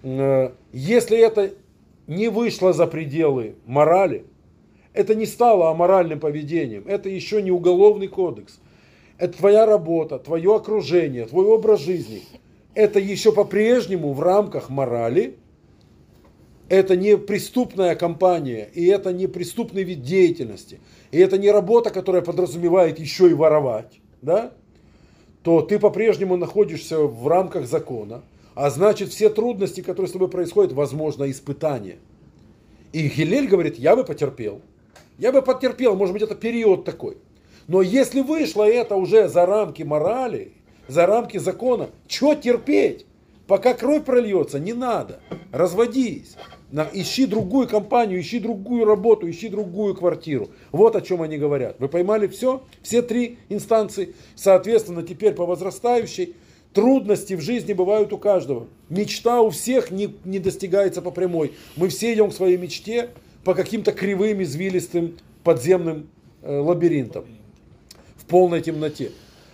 Если это не вышло за пределы морали, это не стало аморальным поведением, это еще не уголовный кодекс. Это твоя работа, твое окружение, твой образ жизни. Это еще по-прежнему в рамках морали. Это не преступная компания, и это не преступный вид деятельности. И это не работа, которая подразумевает еще и воровать. Да? То ты по-прежнему находишься в рамках закона. А значит, все трудности, которые с тобой происходят, возможно, испытания. И Гилель говорит, я бы потерпел. Я бы потерпел, может быть, это период такой. Но если вышло это уже за рамки морали, за рамки закона, что терпеть? Пока кровь прольется, не надо. Разводись. Ищи другую компанию, ищи другую работу, ищи другую квартиру. Вот о чем они говорят. Вы поймали все? Все три инстанции. Соответственно, теперь по возрастающей. Трудности в жизни бывают у каждого. Мечта у всех не, не достигается по прямой. Мы все идем к своей мечте по каким-то кривым, извилистым подземным э, лабиринтам. В полной темноте.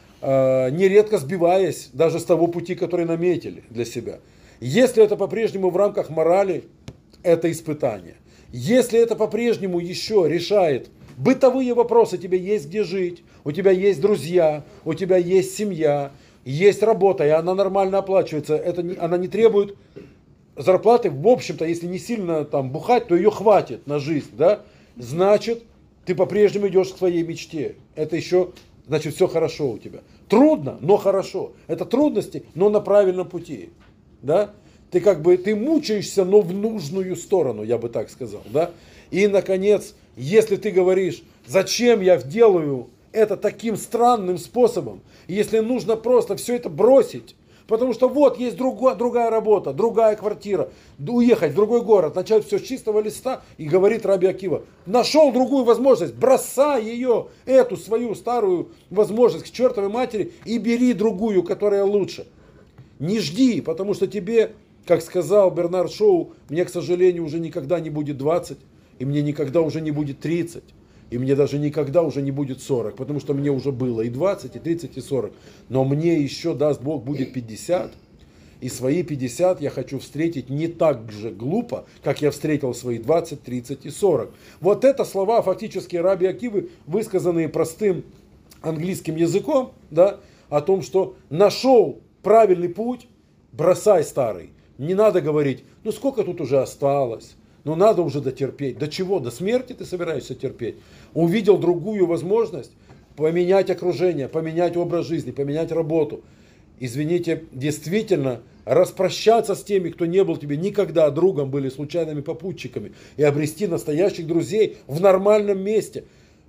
Э, нередко сбиваясь даже с того пути, который наметили для себя. Если это по-прежнему в рамках морали, это испытание. Если это по-прежнему еще решает бытовые вопросы, тебе есть где жить, у тебя есть друзья, у тебя есть семья, есть работа, и она нормально оплачивается, это не, она не требует зарплаты, в общем-то, если не сильно там бухать, то ее хватит на жизнь, да? Значит, ты по-прежнему идешь к своей мечте. Это еще, значит, все хорошо у тебя. Трудно, но хорошо. Это трудности, но на правильном пути, да? Ты как бы, ты мучаешься, но в нужную сторону, я бы так сказал, да? И, наконец, если ты говоришь, зачем я делаю это таким странным способом, если нужно просто все это бросить, потому что вот есть другая, другая работа, другая квартира, уехать в другой город, начать все с чистого листа, и говорит Раби Акива, нашел другую возможность, бросай ее, эту свою старую возможность к чертовой матери и бери другую, которая лучше. Не жди, потому что тебе, как сказал Бернард Шоу, мне, к сожалению, уже никогда не будет двадцать, и мне никогда уже не будет тридцать. И мне даже никогда уже не будет сорок, потому что мне уже было и двадцать, и тридцать, и сорок. Но мне еще, даст Бог, будет пятьдесят. И свои пятьдесят я хочу встретить не так же глупо, как я встретил свои двадцать, тридцать и сорок. Вот это слова фактически Раби Акивы, высказанные простым английским языком, да, о том, что нашел правильный путь, бросай старый. Не надо говорить, ну сколько тут уже осталось. Но надо уже дотерпеть. До чего? До смерти ты собираешься терпеть? Увидел другую возможность поменять окружение, поменять образ жизни, поменять работу. Извините, действительно, распрощаться с теми, кто не был тебе никогда другом, были случайными попутчиками, и обрести настоящих друзей в нормальном месте,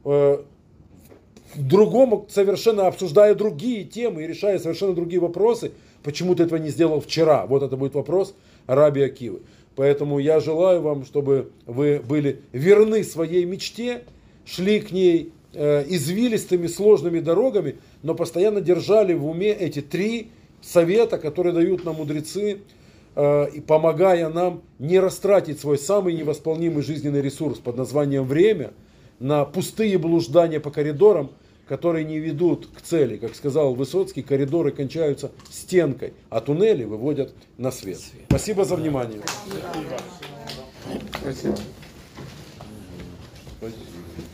в другом, совершенно обсуждая другие темы и решая совершенно другие вопросы. Почему ты этого не сделал вчера? Вот это будет вопрос Раби Акивы. Поэтому я желаю вам, чтобы вы были верны своей мечте, шли к ней э, извилистыми, сложными дорогами, но постоянно держали в уме эти три совета, которые дают нам мудрецы, э, и помогая нам не растратить свой самый невосполнимый жизненный ресурс под названием время на пустые блуждания по коридорам, которые не ведут к цели. Как сказал Высоцкий, коридоры кончаются стенкой, а туннели выводят на свет. Спасибо за внимание. Спасибо.